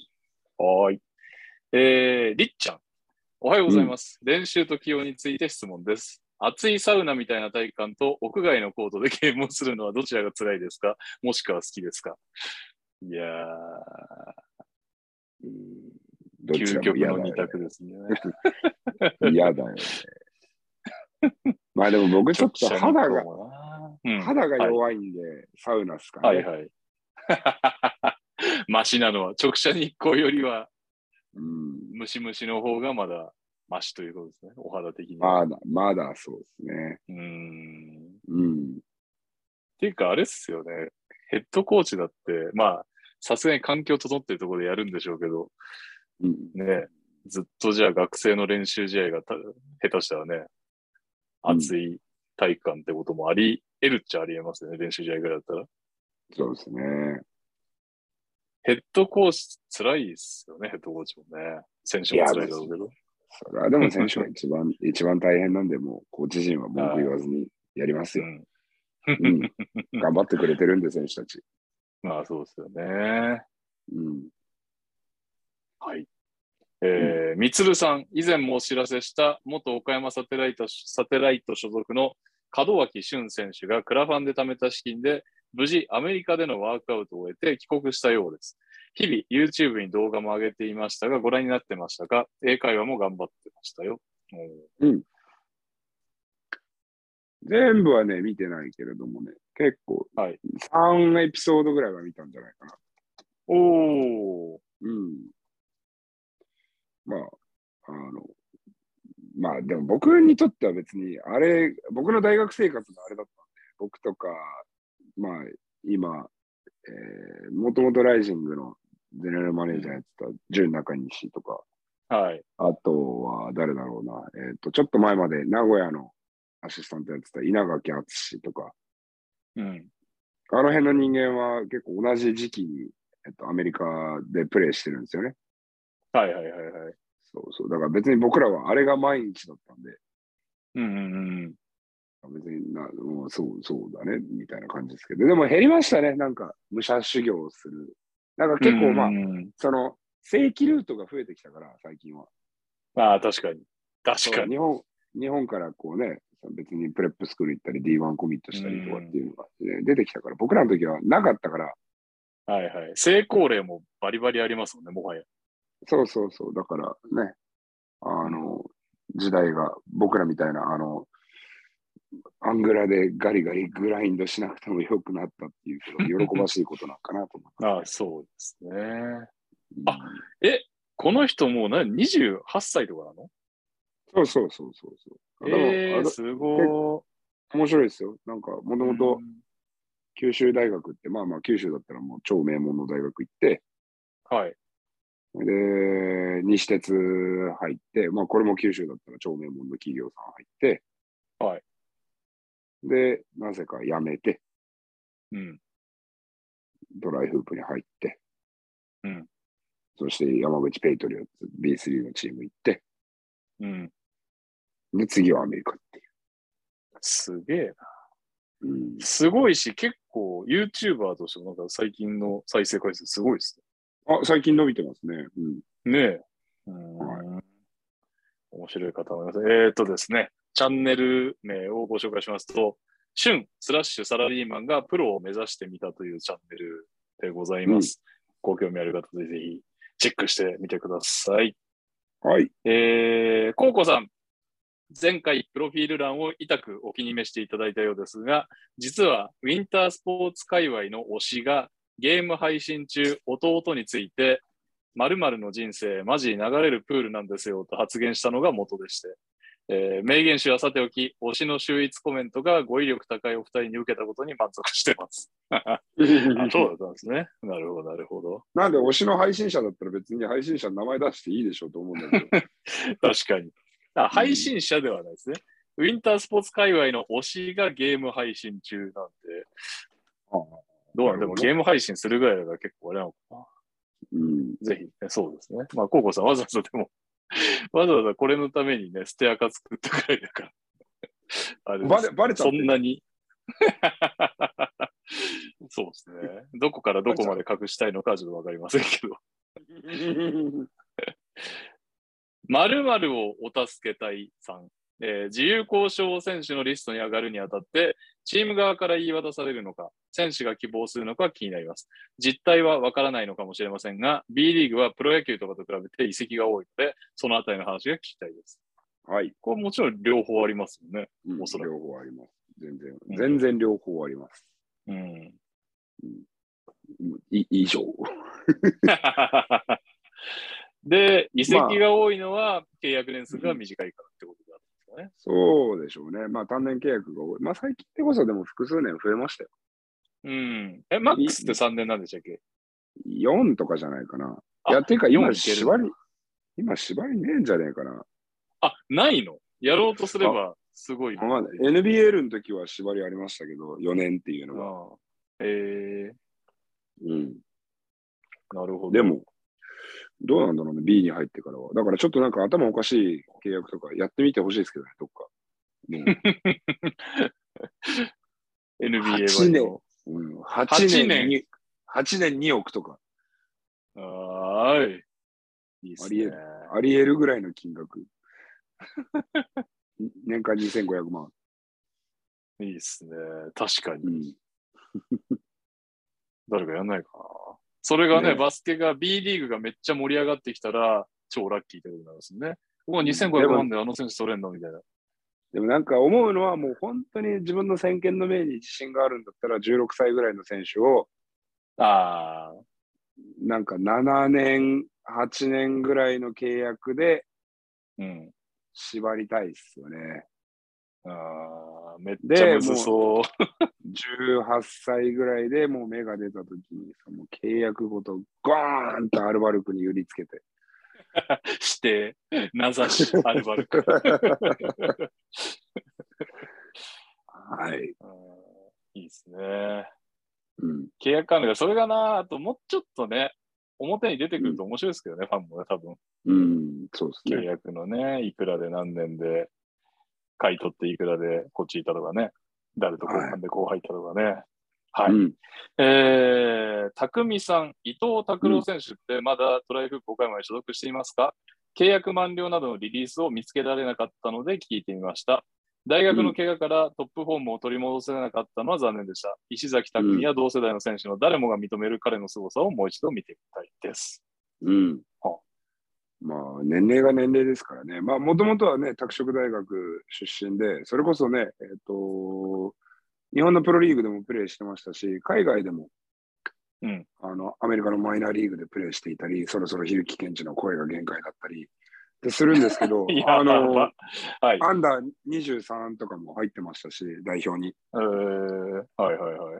うん、はーい。えー、りっちゃん。おはようございます、 うん。 練習と起用について質問です。暑いサウナみたいな体感と屋外のコートでゲームをするのはどちらが辛いですか？もしくは好きですか？いやうん、どー、究ちらも極の二嫌だよね。 択ですね。 嫌だよね。まあでも僕ちょっと肌が、 うん、 肌がはい、 弱いんで、サウナっすかね。 はいはい。マシなのは直射日光よりはうん、 ムシムシの方がまだマシということですね。お肌的には。 まだ、まだそうですね。 うーん。 うん。 っていうか、あれっすよね。ヘッドコーチだって、まあ、さすがに環境整ってるところでやるんでしょうけど、 うん、 ね、ずっとじゃあ学生の練習試合がた下手したらね、熱い体育館ってこともあり得るっちゃあり得ますよね、練習試合ぐらいだったら。 そうですね。 ヘッドコーチ辛いっすよね、ヘッドコーチもね。選手もいや、 辛いだろうけど。 それはでも選手が一番、一番大変なんで、もう、コーチ陣は文句言わずにやりますよ。 うん。 うん。頑張ってくれてるんで、選手たち。 まあそうですよね。 うん。 はい。えー、みつるさん、以前もお知らせした元岡山サテライト、サテライト所属の門脇俊選手がクラファンで貯めた資金で無事アメリカでのワークアウトを終えて帰国したようです。日々 YouTube に動画も上げていましたが、ご覧になってましたか？英会話も頑張ってましたよ。 うん。全部はね、見てないけれどもね、結構、 はい。 さんエピソードぐらいは見たんじゃないかな。 おー。 うん。まあ、あの、まあでも僕にとっては別に、あれ、僕の大学生活があれだったんで、僕とか、まあ今、えー、もともとライジングのゼネラルマネージャーやってた純中西とか、 はい。 あとは誰だろうな、えっ、と、ちょっと前まで名古屋のアシスタントやってた稲垣敦とか、 うん。 あの辺の人間は結構同じ時期に、えっと、アメリカでプレーしてるんですよね。 はいはいはいはい。 そうそう。だから別に僕らはあれが毎日だったんで、 うんうんうん。 別にな、うん、そう、そうだね、みたいな感じですけど。でも減りましたね、なんか武者修行をする。なんか結構まあ、その、正規ルートが増えてきたから、最近は。 まあ確かに。確かに。 日本、日本からこうね、別にプレップスクール行ったり ディーワン コミットしたりとかっていうのが、ね、出てきたから、僕らの時はなかったから。 はいはい。成功例もバリバリありますもんね、もはや。 そうそうそう。だからね、あの、うん、時代が僕らみたいな、あの、アングラでガリガリグラインドしなくても良くなったっていうことは喜ばしいことなのかなと思います、ね。 ああ、そうですね。あ、え、この人もう何、にじゅうはっさいとかなの？ そうそうそうそうそう。 えー、すごー。面白いですよ。なんか、もともと九州大学って、まあまあ九州だったらもう超名門の大学行って、 はい。 で、西鉄入って、まあこれも九州だったら超名門の企業さん入って、 はい。 で、なぜか辞めて、 うん。 ドライフープに入って、 うん。 そして山口ペイトリオッツ ビースリー のチーム行って、 うん。 で、次はアメリカっていう。 すげえな。 うん、 すごいし、結構 YouTuber としてもなんか最近の再生回数すごいですね。あ、最近伸びてますね。 うん、ねえ。うん、はい、面白い方もいます。えっ、ー、とですね、チャンネル名をご紹介しますと、春スラッシュサラリーマンがプロを目指してみたというチャンネルでございます。うん、ご興味ある方ぜひぜひチェックしてみてください。 はい。 えー、コウコさん。前回プロフィール欄を痛くお気に召していただいたようですが、実はウィンタースポーツ界隈の推しがゲーム配信中、弟について 〇〇の人生、マジ流れるプールなんですよと発言したのが元でして、えー、名言集はさておき、推しの秀逸コメントが語彙力高いお二人に受けたことに満足してます。あ、そうだったんですね。なるほど、なるほど。 なんで推しの配信者だったら別に配信者の名前出していいでしょうと思うんだけど。 確かにあ。配信者ではないですね。ウィンタースポーツ界隈の推しがゲーム配信中なんで、 ああどうなんでもゲーム配信するぐらいだから結構あれなのかな。 うん、 ぜひ、ね、そうですね。まあ、コウコさんわざわざでも、わざわざこれのためにね、ステアカ作ったくらいだから。あれバレ、バレちゃそってんなに。そうですね。どこからどこまで隠したいのかはちょっとわかりませんけど。〇〇をお助け隊さん、えー、自由交渉選手のリストに上がるにあたって、チーム側から言い渡されるのか、選手が希望するのか気になります。実態はわからないのかもしれませんが、B リーグはプロ野球とかと比べて移籍が多いので、そのあたりの話が聞きたいです。 はい。 これもちろん両方ありますよね。 うん、 おそらく。 両方あります。全然、全然両方あります。 うん。 うん、い以上。 で、移籍が多いのは契約年数が短いからってことだったんですかね。そうでしょうね。まあ単年契約が多い。まあ最近ってこそでも複数年増えましたよ。 うん。え、マックスってさんねんなんでしたっけ ? よん とかじゃないかな。いや、ていうか今縛り、今縛りねえんじゃねえかな。 あ、ないのやろうとすればすごい。 まあ、エヌビーエル の時は縛りありましたけど、よねんっていうのが。 えー、うん。 なるほど。 でも、どうなんだろうね、B に入ってからは。だからちょっとなんか頭おかしい契約とかやってみてほしいですけどね、どっか。 エヌビーエーはちねん、 の。 うん、はちねんに、はちねんにおくとか。 はい。いいっすね。 ありえる。ありえるぐらいの金額。年間にせんごひゃくまん。いいっすね。確かに。 うん、 誰かやんないかな。それがね、 ね、 バスケが B リーグがめっちゃ盛り上がってきたら、超ラッキーってことになるんですね。もうにせんごひゃくまんであの選手取れんのみたいな。 でもなんか思うのはもう本当に自分の先見の明に自信があるんだったらじゅうろくさいぐらいの選手をああ。 なんかななねん、はちねんぐらいの契約で縛りたいっすよね。 うん、ああ、めっちゃむずそう。 じゅうはっさいぐらいでもう芽が出たときにその契約ごとゴーンとアルバルクに売りつけて。 して、名指し、アルバルク。 はい。 いいですね。 うん、 契約感が、それがな、あともうちょっとね、表に出てくると面白いですけどね、うん、ファンもね、多分。 うん、そうですね。 契約のね、いくらで何年で、買い取っていくらでこっちいたとかね、誰と交換でこう入ったとかね。はい。はい、うん、えー、匠さん、伊藤拓郎選手ってまだトライフごかいまで所属していますか？契約満了などのリリースを見つけられなかったので聞いてみました。大学の怪我からトップフォームを取り戻せなかったのは残念でした。石崎匠や同世代の選手の誰もが認める彼の凄さをもう一度見てみたいです。 うん。はあ、まあ、年齢が年齢ですからね。まあ、もともとはね、拓殖大学出身で、それこそね、えっと、日本のプロリーグでもプレーしてましたし、海外でも、 うん、 あのアメリカのマイナーリーグでプレーしていたり、そろそろ樋口健二の声が限界だったりするんですけど、あの、はい、アンダーにじゅうさんとかも入ってましたし、代表に。 えー、はいはいはい。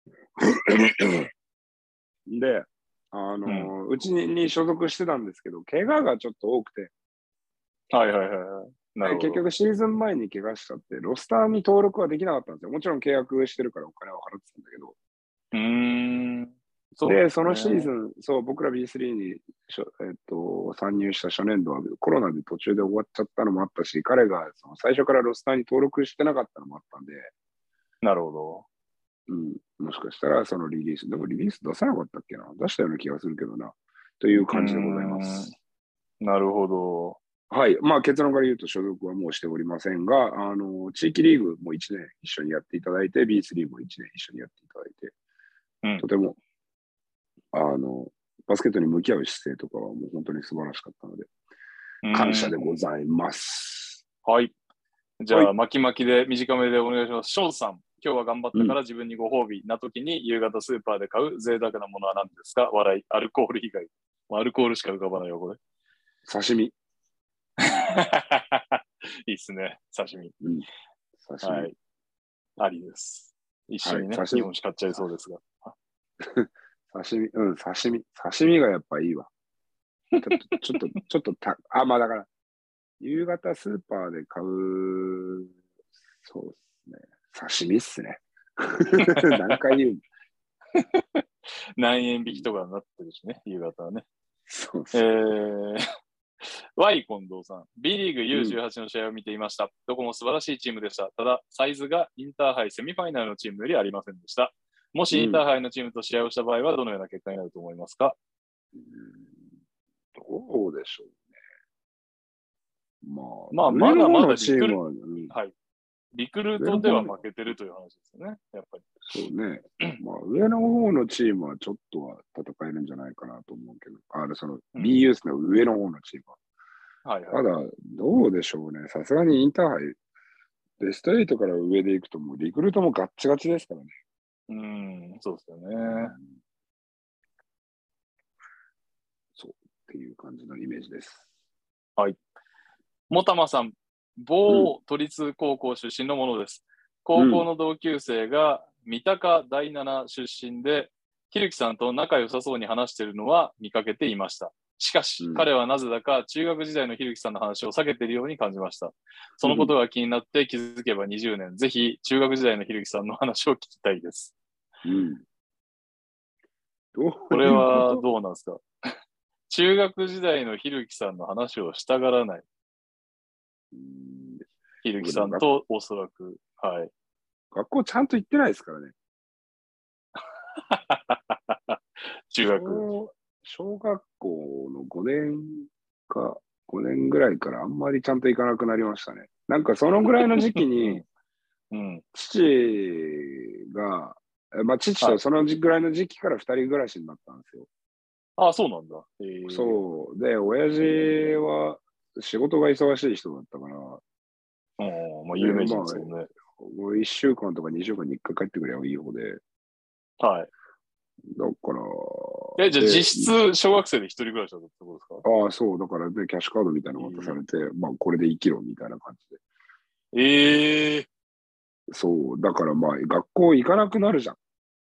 で、あの、うち、うん、に所属してたんですけど、怪我がちょっと多くて。 はいはいはい。なるほど。 結局シーズン前に怪我しちゃって、ロスターに登録はできなかったんですよ。もちろん契約してるからお金は払ってたんだけど。 うーん。 そで、ね、そのシーズン、そう、僕ら ビースリー に、えっと、参入した初年度はコロナで途中で終わっちゃったのもあったし、彼がその最初からロスターに登録してなかったのもあったんで。 なるほど。 うん、もしかしたらそのリリース、でもリリース出さなかったっけな、出したような気がするけどな、という感じでございます。 なるほど。 はい。まあ結論から言うと所属はもうしておりませんが、あの、地域リーグもいちねん一緒にやっていただいて、ビースリー もいちねん一緒にやっていただいて、うん、とても、あの、バスケットに向き合う姿勢とかはもう本当に素晴らしかったので、感謝でございます。 はい。じゃあ、はい、巻き巻きで短めでお願いします。ショートさん、今日は頑張ったから自分にご褒美な時に夕方スーパーで買う贅沢なものは何ですか？笑い、アルコール以外。 アルコールしか浮かばないよ、これ。 刺身。 いいっすね、刺身。 うん。刺身。 はい。ありです。一緒にね、 はい、刺身日本酒買っちゃいそうですが。 刺身、うん、刺身。刺身がやっぱいいわ。ちょっと、ちょっと、ちょっとた、あ、まあだから、夕方スーパーで買う、そうですね。刺身っすね。何回言う何円引きとかになってるしね、夕方はね。えそうそう。 ー、Y 近藤さん。B リーグうん。 ユーじゅうはち の試合を見ていました。どこも素晴らしいチームでした。ただ、サイズがインターハイセミファイナルのチームよりありませんでした。もしインタうん。 ーハイのチームと試合をした場合は、どのような結果になると思いますか？ どうでしょうね。まあ、 まあ、 上まだまだの方のリクル、 チームは、うん、 はい。リクルートで上の方の、 は負けてるという話ですよね、やっぱり。 そうね。まあ、上の方のチームはちょっとは戦えるんじゃないかなと思うけど、あの、そのうん、 ビーユーエス の上の方のチームは。 はいはい。 ただ、どうでしょうね。さすがにインターハイ、ベストはちから上で行くと、もうリクルートもガッチガチですからね。 うん、そうですよね。 うん、そうっていう感じのイメージです。 はい。もたまさん、 うん。 某都立高校出身のものです。 うん。 高校の同級生が三鷹第七出身で、ひるきさんと仲良さそうに話しているのは見かけていました。しかし、 うん。 彼はなぜだか中学時代のひるきさんの話を避けているように感じました。そのこうん。 とが気になって気づけばにじゅうねん、ぜひ中学時代のひるきさんの話を聞きたいです。 うん。どうこれはいうこと？ どうなんですか？中学時代のひるきさんの話をしたがらない。 うん、 ひるき僕でも学、 さんとおそらく、はい。 学校ちゃんと行ってないですからね。 中学。 小、小学校のごねんかごねんぐらいからあんまりちゃんと行かなくなりましたね。なんかそのぐらいの時期に、 うん。うん。 父が、えまあ、父はい。 とそのぐらいの時期から二人暮らしになったんですよ。 ああ、そうなんだ。ええ。 そう。で、親父は仕事が忙しい人だったから、 うん。まあ、有で、 名まあ、 人ですもんね。 もういっしゅうかんとかにしゅうかんにいっかい帰ってくればいい方で、 はい。 だから、 え、じゃあで、 実質、小学生で一人暮らしだったってことですか？ ああ、そう、だからで、キャッシュカードみたいなの渡さえれて、まあ、これで生きろみたいな感じで。 え。ええ。 そう、だからまあ、学校行かなくなるじゃん。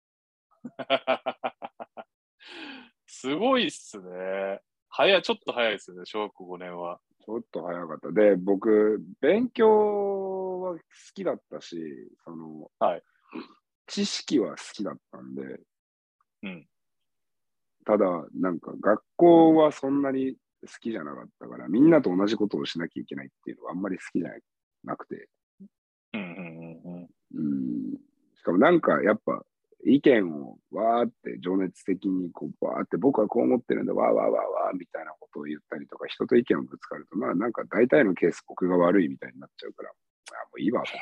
すごいっすね。早い、ちょっと早いですよね、小学校ごねんは。 ちょっと早かった。で、僕、勉強は好きだったし、その、 はい。 知識は好きだったんで、 うん。 ただ、なんか学校はそんなに好きじゃなかったから、みんなと同じことをしなきゃいけないっていうのはあんまり好きじゃなくて、 うん、うん、うん、うん。 うん、しかもなんかやっぱ意見をわーって情熱的にこうわーって僕はこう思ってるんだ、わーわーわーわーみたいなことを言ったりとか、人と意見をぶつかると、まあなんか大体のケース僕が悪いみたいになっちゃうから、あもういいわと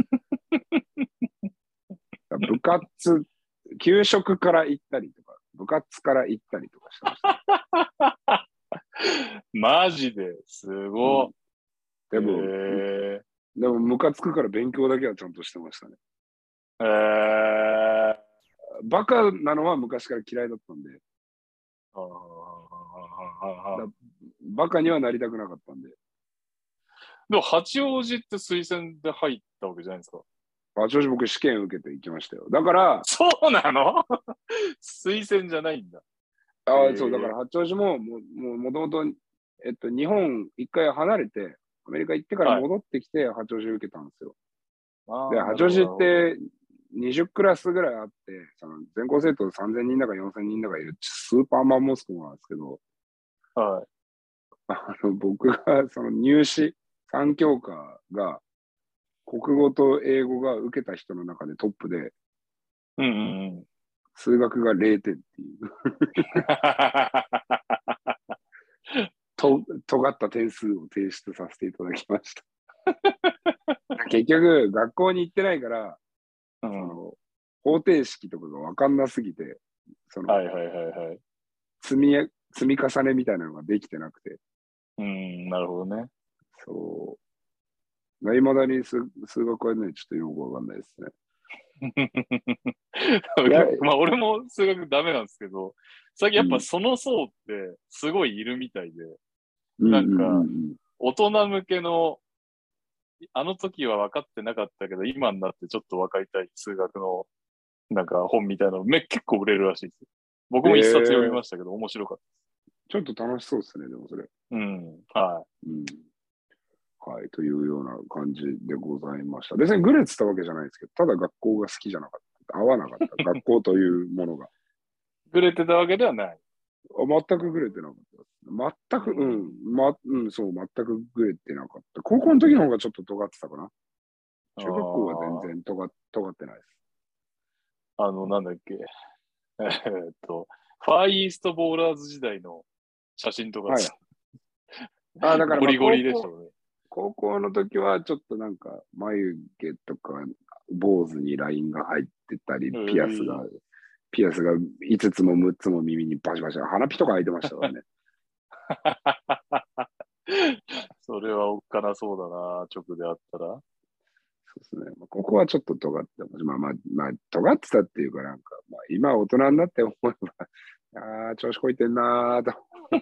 思って。部活、給食から行ったりとか、部活から行ったりとかしてましたね。 マジですうん、 ごい。 でも、 えでもムカつくから勉強だけはちゃんとしてましたね。 ー、えー。 バカなのは昔から嫌いだったんで、 はあはあはあはあ。 だバカにはなりたくなかったんで。 でも、八王子って推薦で入ったわけじゃないですか。 八王子僕試験受けて行きましたよ。だから、 そうなの？推薦じゃないんだ。えあそう、だからー、 八王子も、もももともと、えっと、日本一回離れて、アメリカ行ってからはい。 戻ってきて、八王子受けたんですよ。で、 ああ、なるほど、 八王子っなるほど。 てにじゅうクラスぐらいあって、その全校生徒さんぜんにんだかよんせんにんだかいるスーパーマンモスコなんですけど、 はあの僕がその入試さん教科が国語と英語が受けた人の中でトップで、 い。うんうんうん。 数学がれいてんっていうと、尖った点数を提出させていただきました。結局、学校に行ってないから、 うん。 その、方程式とかがわかんなすぎて、その、 はいはいはいはい。 積み、積み重ねみたいなのができてなくて、 うん、なるほどね。 そう。いまだに数数学はね、ちょっとよくわかんないですね。いや、 まあ、俺も数学ダメなんですけど、 最近やっぱその層ってすごいいるみたいで、 うん、 なんかうんうんうん大人向けの、あの時は分かってなかったけど、今になってちょっと分かりたい数学のなんか本みたいなのめ結構売れるらしいですよ。僕も一冊読みええましたけど、面白かった。 ちょっと楽しそうですね、でもそれ。 うん。はうん。はい、というような感じでございました。別にグレてたわけじゃないですけど、ただ学校が好きじゃなかった。合わなかった。学校というものが。 い。くれてたわけではない。 あ全くグレてなかった。全く、 ううんん、ま、うん、そう、全くグレてなかった。高校の時の方がちょっと尖ってたかな。中学校は全あ然尖尖ってないです。 あ、あの、なんだっけ。えーっと、ファーイーストボーラーズ時代の写真とかはい。あ、だからまあゴリゴ高校、 リでしたよね。 高校の時はちょっとなんか眉毛とか坊主にラインが入ってたり、 えピアスが、 ー、 ピアスがいつつもむっつも耳にバシバシ、鼻ピとか開いてましたからね。 それはおっかなそうだな、直であったら。 そうですね。まあ、ここはちょっと尖ってます。まあまあ、まあ、尖ってたっていうかなんか、まあ今大人になって思えば、ああ、調子こいてんなーと。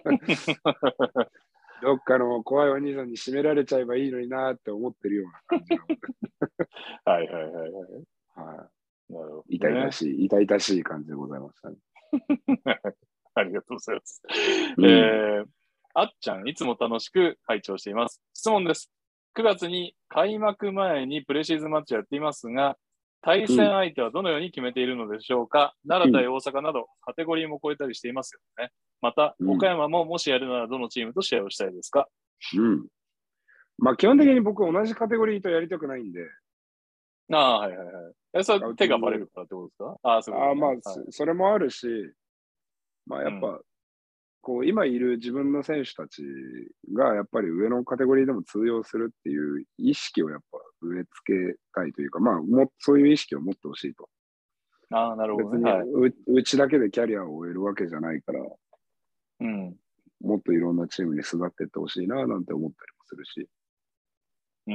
どっかの怖いお兄さんに締められちゃえばいいのになーって思ってるような感じの。 はいはいはいはい。 はなるほい。痛どね。 々しい、痛々しい感じでございましたね。 ありがとうございます。 うん。 えー、あっちゃん、いつも楽しく拝聴しています。質問です。くがつに開幕前にプレシーズンマッチをやっていますが、対戦うん。 相手はどのように決めているのでしょうか。奈うん。 良対大阪などカテゴリーも超えたりしていますよね。また、 うん。 岡山ももしやるならどのチームと試合をしたいですか。 うん。まあ基本的に僕同じカテゴリーとやりたくないんで、 ああ、はいはいはい。え、それスカウテ手がバレィング、 るからってことですか。ああ、そういうこああまあ、 とね。はい。 そそれもあるし、まあやうん。 っぱ、こう今いる自分の選手たちがやっぱり上のカテゴリーでも通用するっていう意識をやっぱ植え付けたいというか、まあもそういう意識を持ってほしいと。 ああ、なるほどね。 別にはい。 ううちだけでキャリアを終えるわけじゃないから、 うん。 もっといろんなチームに育っていってほしいななんて思ったりもするし。 うん。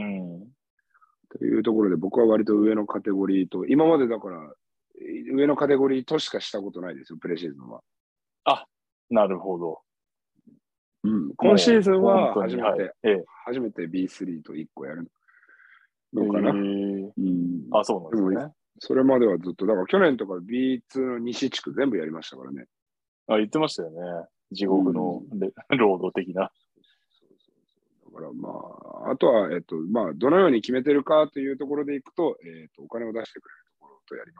というところで僕は割と上のカテゴリーと、今までだから上のカテゴリーとしかしたことないですよ、プレシーズンは。 あ、なるほど。 うん、今シーもう、 ズンは本当に、はい。 初めて、 ええ。 初めて ビースリー といっこやるえのかな。 え。 うん、 あ、そうなんでも、 ですね。 それまではずっと、だから去年とか ビーツー の西地区全部やりましたからね。 あ、言ってましたよね。地うん。 獄のレロード的な。 そうそうそうだからまあ、あとは、えっと、まあ、どのように決めてるかというところでいくと、えっと、お金を出してくれるところとやります。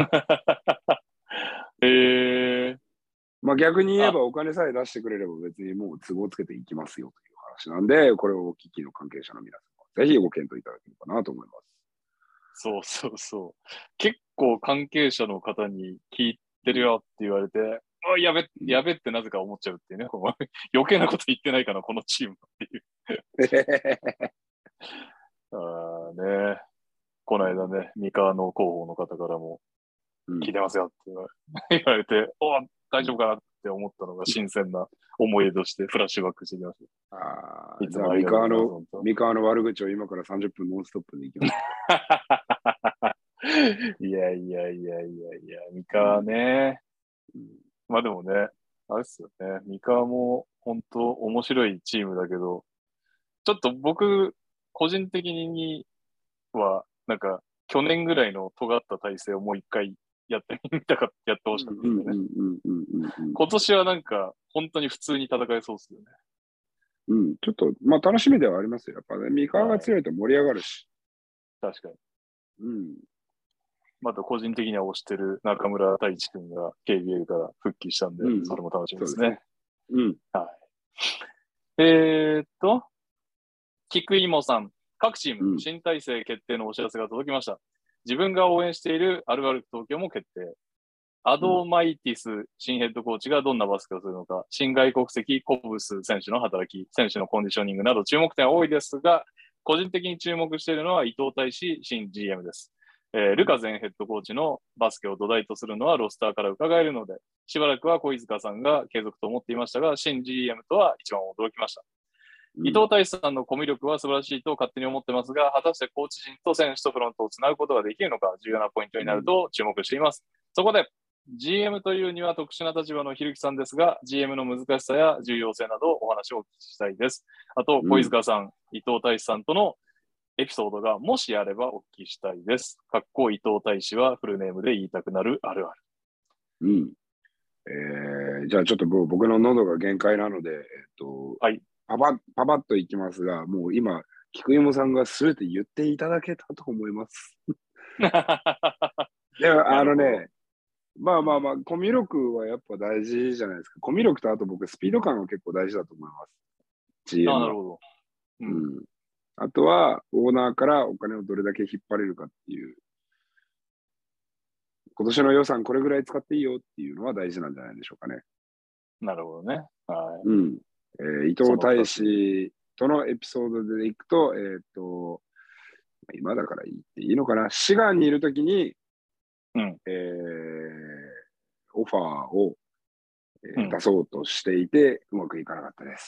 ええ。 まあ逆に言えあ、 ばお金さえ出してくれれば別にもう都合つけていきますよという話なんで、これをお聞きの関係者の皆さん、ぜひご検討いただければなと思います。 そうそうそう。結構関係者の方に聞いてるよって言われて、あ、やべ、 うん、 やべってなぜか思っちゃうっていうね。余計なこと言ってないかな、このチームっていう。あーね。この間ね、三河の広報の方からもうん、 聞いてますよって言われて、お大丈夫かなって思ったのが新鮮な思い出としてフラッシュバックしてきましあた。いつじゃあもありがとう三河の、 ございます、本三河の悪口を今からさんじゅっぷんノンストップでいきます。 当。いやいやいやいやいや、三河ね。 うん、 まあでもね、あれっすよね。三河も本当面白いチームだけど、ちょっと僕、個人的には、なんか、去年ぐらいの尖った体制をもう一回やってみたかった、やってほしかっうんうんたんでね。 うんうんうんうん今年はなんか、本当に普通に戦えそうっすよね。 うん、ちょっと、まあ楽しみではありますよ。やっぱね、三河がはい。 強いと盛り上がるし。 確かに。 うん。 また個人的には推してる中村太一君が ケービーエル から復帰したんで、 うん。 それも楽しみですね。 そうですね。うん。 はい。えーっと、菊芋さん。各チーム、 うん。 新体制決定のお知らせが届きました。自分が応援しているアルバルク東京も決定。アうん。 ドマイティス新ヘッドコーチがどんなバスケをするのか、新外国籍コブス選手の働き、選手のコンディショニングなど注目点は多いですが、個人的に注目しているのは伊藤大志新 ジーエム です。えー、ルカ前ヘッドコーチのバスケを土台とするのはロスターから伺えるので、しばらくは小泉さんが継続と思っていましたが、新 ジーエム とは一番驚きました。 うん、 伊藤大志さんのコミュ力は素晴らしいと勝手に思ってますが、果たしてコーチ陣と選手とフロントをつなぐことができるのか重要なポイントになると注目しています。そこで、 ジーエム というには特殊な立場のひるきさんですが、ジーエム の難しさや重要性などお話をお聞きしたいです。あと、小飯塚さん、うん、伊藤大志さんとのエピソードがもしあればお聞きしたいです。かっこ伊藤大志はフルネームで言いたくなるあるある。 うん。えー、じゃあちょっと僕の喉が限界なので、えっと、 はい、 パパッ、パパッといきますが、もう今、菊芋さんが全て言っていただけたと思います。でも、あのね、まあまあまあ、コミュ力はやっぱ大事じゃないですか。コミュ力とあと僕、スピード感が結構大事だと思います。ジーエム は。 あ、なるほど。 うん。うん、あとは、オーナーからお金をどれだけ引っ張れるかっていう、今年の予算これぐらい使っていいよっていうのは大事なんじゃないでしょうかね。 なるほどね。はい。 うん。えー、伊藤大志とのエピソードでいくと、えっ、ー、と、今だから言っていいのかな。滋賀にいるときに、 うん、 えー、オファーを、えーうん、出そうとしていて、うまくいかなかったです。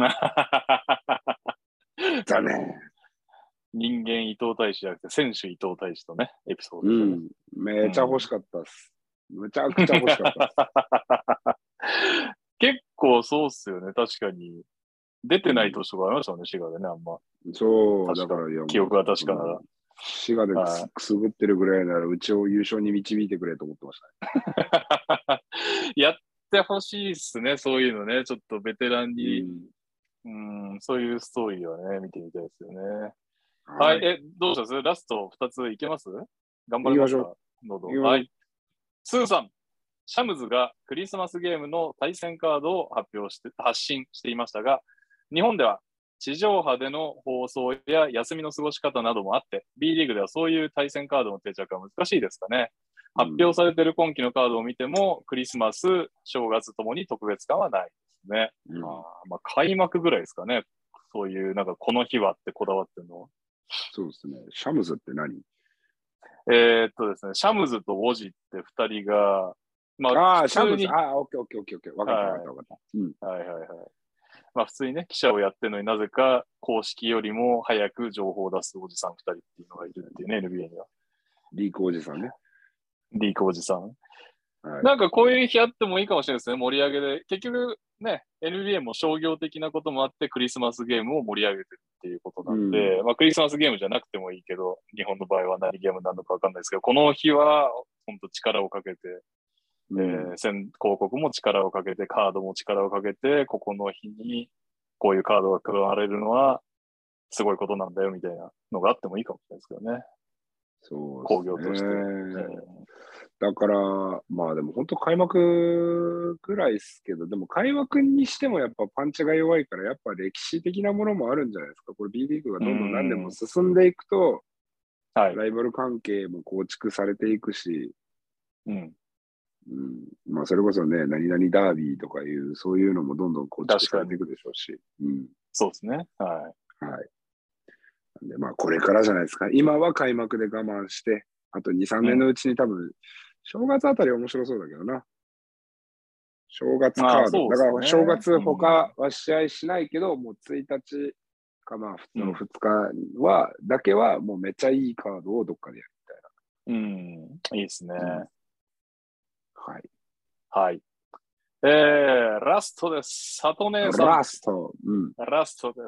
残念。 人間伊藤大志じゃなくて、選手伊藤大志とね、エピソードで、ね。 うん。めちゃ欲しかったです。うん、めちゃくちゃ欲しかったです。 結構そうっすよね、確かに。出てない年とかありましたもんね、滋賀でね、あんま。 そう、だから、いや、 記憶が確かなら。 滋賀でくすぐってるぐらいなら、うちを優勝に導いてくれと思ってましたね。 やってほしいっすね、そういうのね。ちょっとベテランに、うん、うんそういうストーリーはね、見てみたいですよね。はい、はい、え、どうしたんですラストふたついけます頑張りますか喉。はい。スーさん、シャムズがクリスマスゲームの対戦カードを発表して、発信していましたが、日本では地上波での放送や休みの過ごし方などもあって、B リーグではそういう対戦カードの定着は難しいですかね。発表されている今期のカードを見ても、クリスマス、正月ともに特別感はないですね。うん、あまあ、開幕ぐらいですかね。そういう、なんかこの日はってこだわってるのは。 そうですね。シャムズって何えー、っとですね、シャムズとウォジってふたりが、 まあ、あシャムズ、ああ、オッケーオッケーオッケーオッケー。わかったわかったわかった。 うん。はいはいはい。まあ普通にね、記者をやってるのになぜか公式よりも早く情報を出すおじさんふたりっていうのがいるっていうね、エヌビーエー には。 リークおじさんね。 リークおじさん。はい、なんかこういう日あってもいいかもしれないですね、盛り上げで。結局ね、エヌビーエー も商業的なこともあってクリスマスゲームを盛り上げてるっていうことなんで、うん、まあクリスマスゲームじゃなくてもいいけど、日本の場合は何ゲームなのかわかんないですけど、この日は本当力をかけて、うん、えー、広告も力をかけて、カードも力をかけて、ここの日にこういうカードが配られるのはすごいことなんだよみたいなのがあってもいいかもしれないですけどね。 そうですね。 工業として。 だから、まあでも本当開幕ぐらいですけど、でも開幕にしてもやっぱパンチが弱いから、やっぱ歴史的なものもあるんじゃないですか。これ B リーグがどんどん何年も進んでいくと、はい、ライバル関係も構築されていくし、 うんうん、まあそれこそね、何々ダービーとかいう、そういうのもどんどん構築されていくでしょうし。うん、 そうですね。はい。 はい。でまあこれからじゃないですか。今は開幕で我慢して、あとに、さんねんのうちに多分、うん、正月あたり面白そうだけどな。正月カード。ね、だから正月他は試合しないけど、うん、もうついたちかまあ普通のふつかは、うん、だけはもうめっちゃいいカードをどっかでやるみたいな。うん、いいですね。うん、 はい。 はい。えー、ラストです。佐藤姉さん。 ラスト。うん、 ラストです。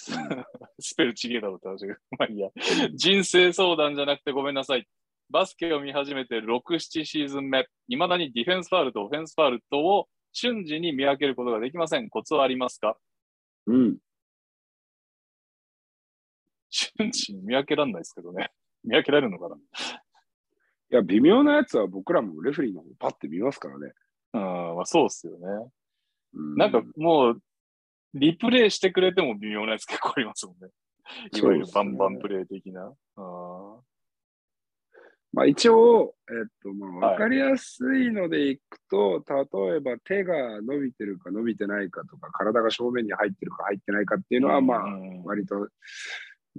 スペルちげえだろって話が。まあいいや。人生相談じゃなくてごめんなさい。バスケを見始めてろく、ななシーズン目。いまだにディフェンスファウルとオフェンスファウルとを瞬時に見分けることができません。コツはありますか？ うん。 瞬時に見分けられないですけどね。見分けられるのかな？いや、微妙なやつは僕らもレフェリーの方パッて見ますからね。 うん、まあそうっすよね。うんなんかもう、リプレイしてくれても微妙なやつ結構ありますもんね。いわゆるバンバンプレイ的な。あまあ一応、えっと、まあわかりやすいのでいくと、はい、例えば手が伸びてるか伸びてないかとか、体が正面に入ってるか入ってないかっていうのは、まあ割と、うん、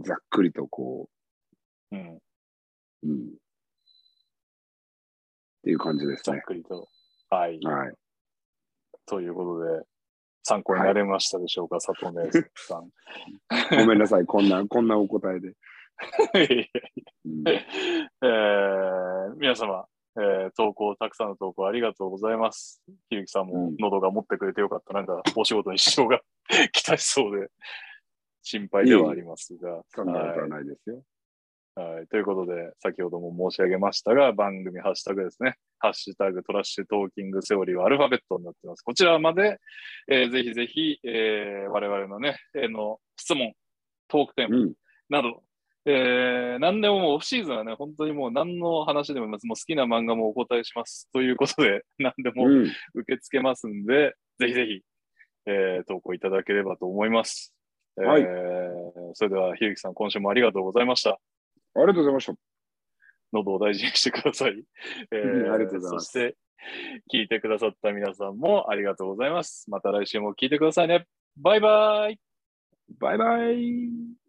ざっくりとこう、うん、うん、っていう感じですね。 ざっくりと。はい。 はい。 ということで、参考になれましたでしょうか、はい、佐藤姉さん。 ごめんなさい、こんな、こんなお答えで。 うんえー、皆様、 えー、投稿、たくさんの投稿ありがとうございます。ひるきさんも喉が持ってくれてよかった。なんか、お仕事に支障がきたしそうで、心配ではありますが。 そんなことはないですよ。 はい。ということで、先ほども申し上げましたが、番組ハッシュタグですね。ハッシュタグトラッシュトーキングセオリーはアルファベットになっています。こちらまで、えーぜひぜひ、えー我々のね、えーの質問、トークテーマうん。 など、えー何でももうオフシーズンはね、本当にもう何の話でもいます。もう好きな漫画もお答えします。ということで、何でもうん。 受け付けますんで、ぜひぜひ、えー投稿いただければと思います。えーはい。 それでは、ひるきさん、今週もありがとうございました。 ありがとうございました。 喉を大事にしてください。えありがとうー、 ございます。 そして、聞いてくださった皆さんもありがとうございます。また来週も聞いてくださいね。バイバイ。 バイバイ。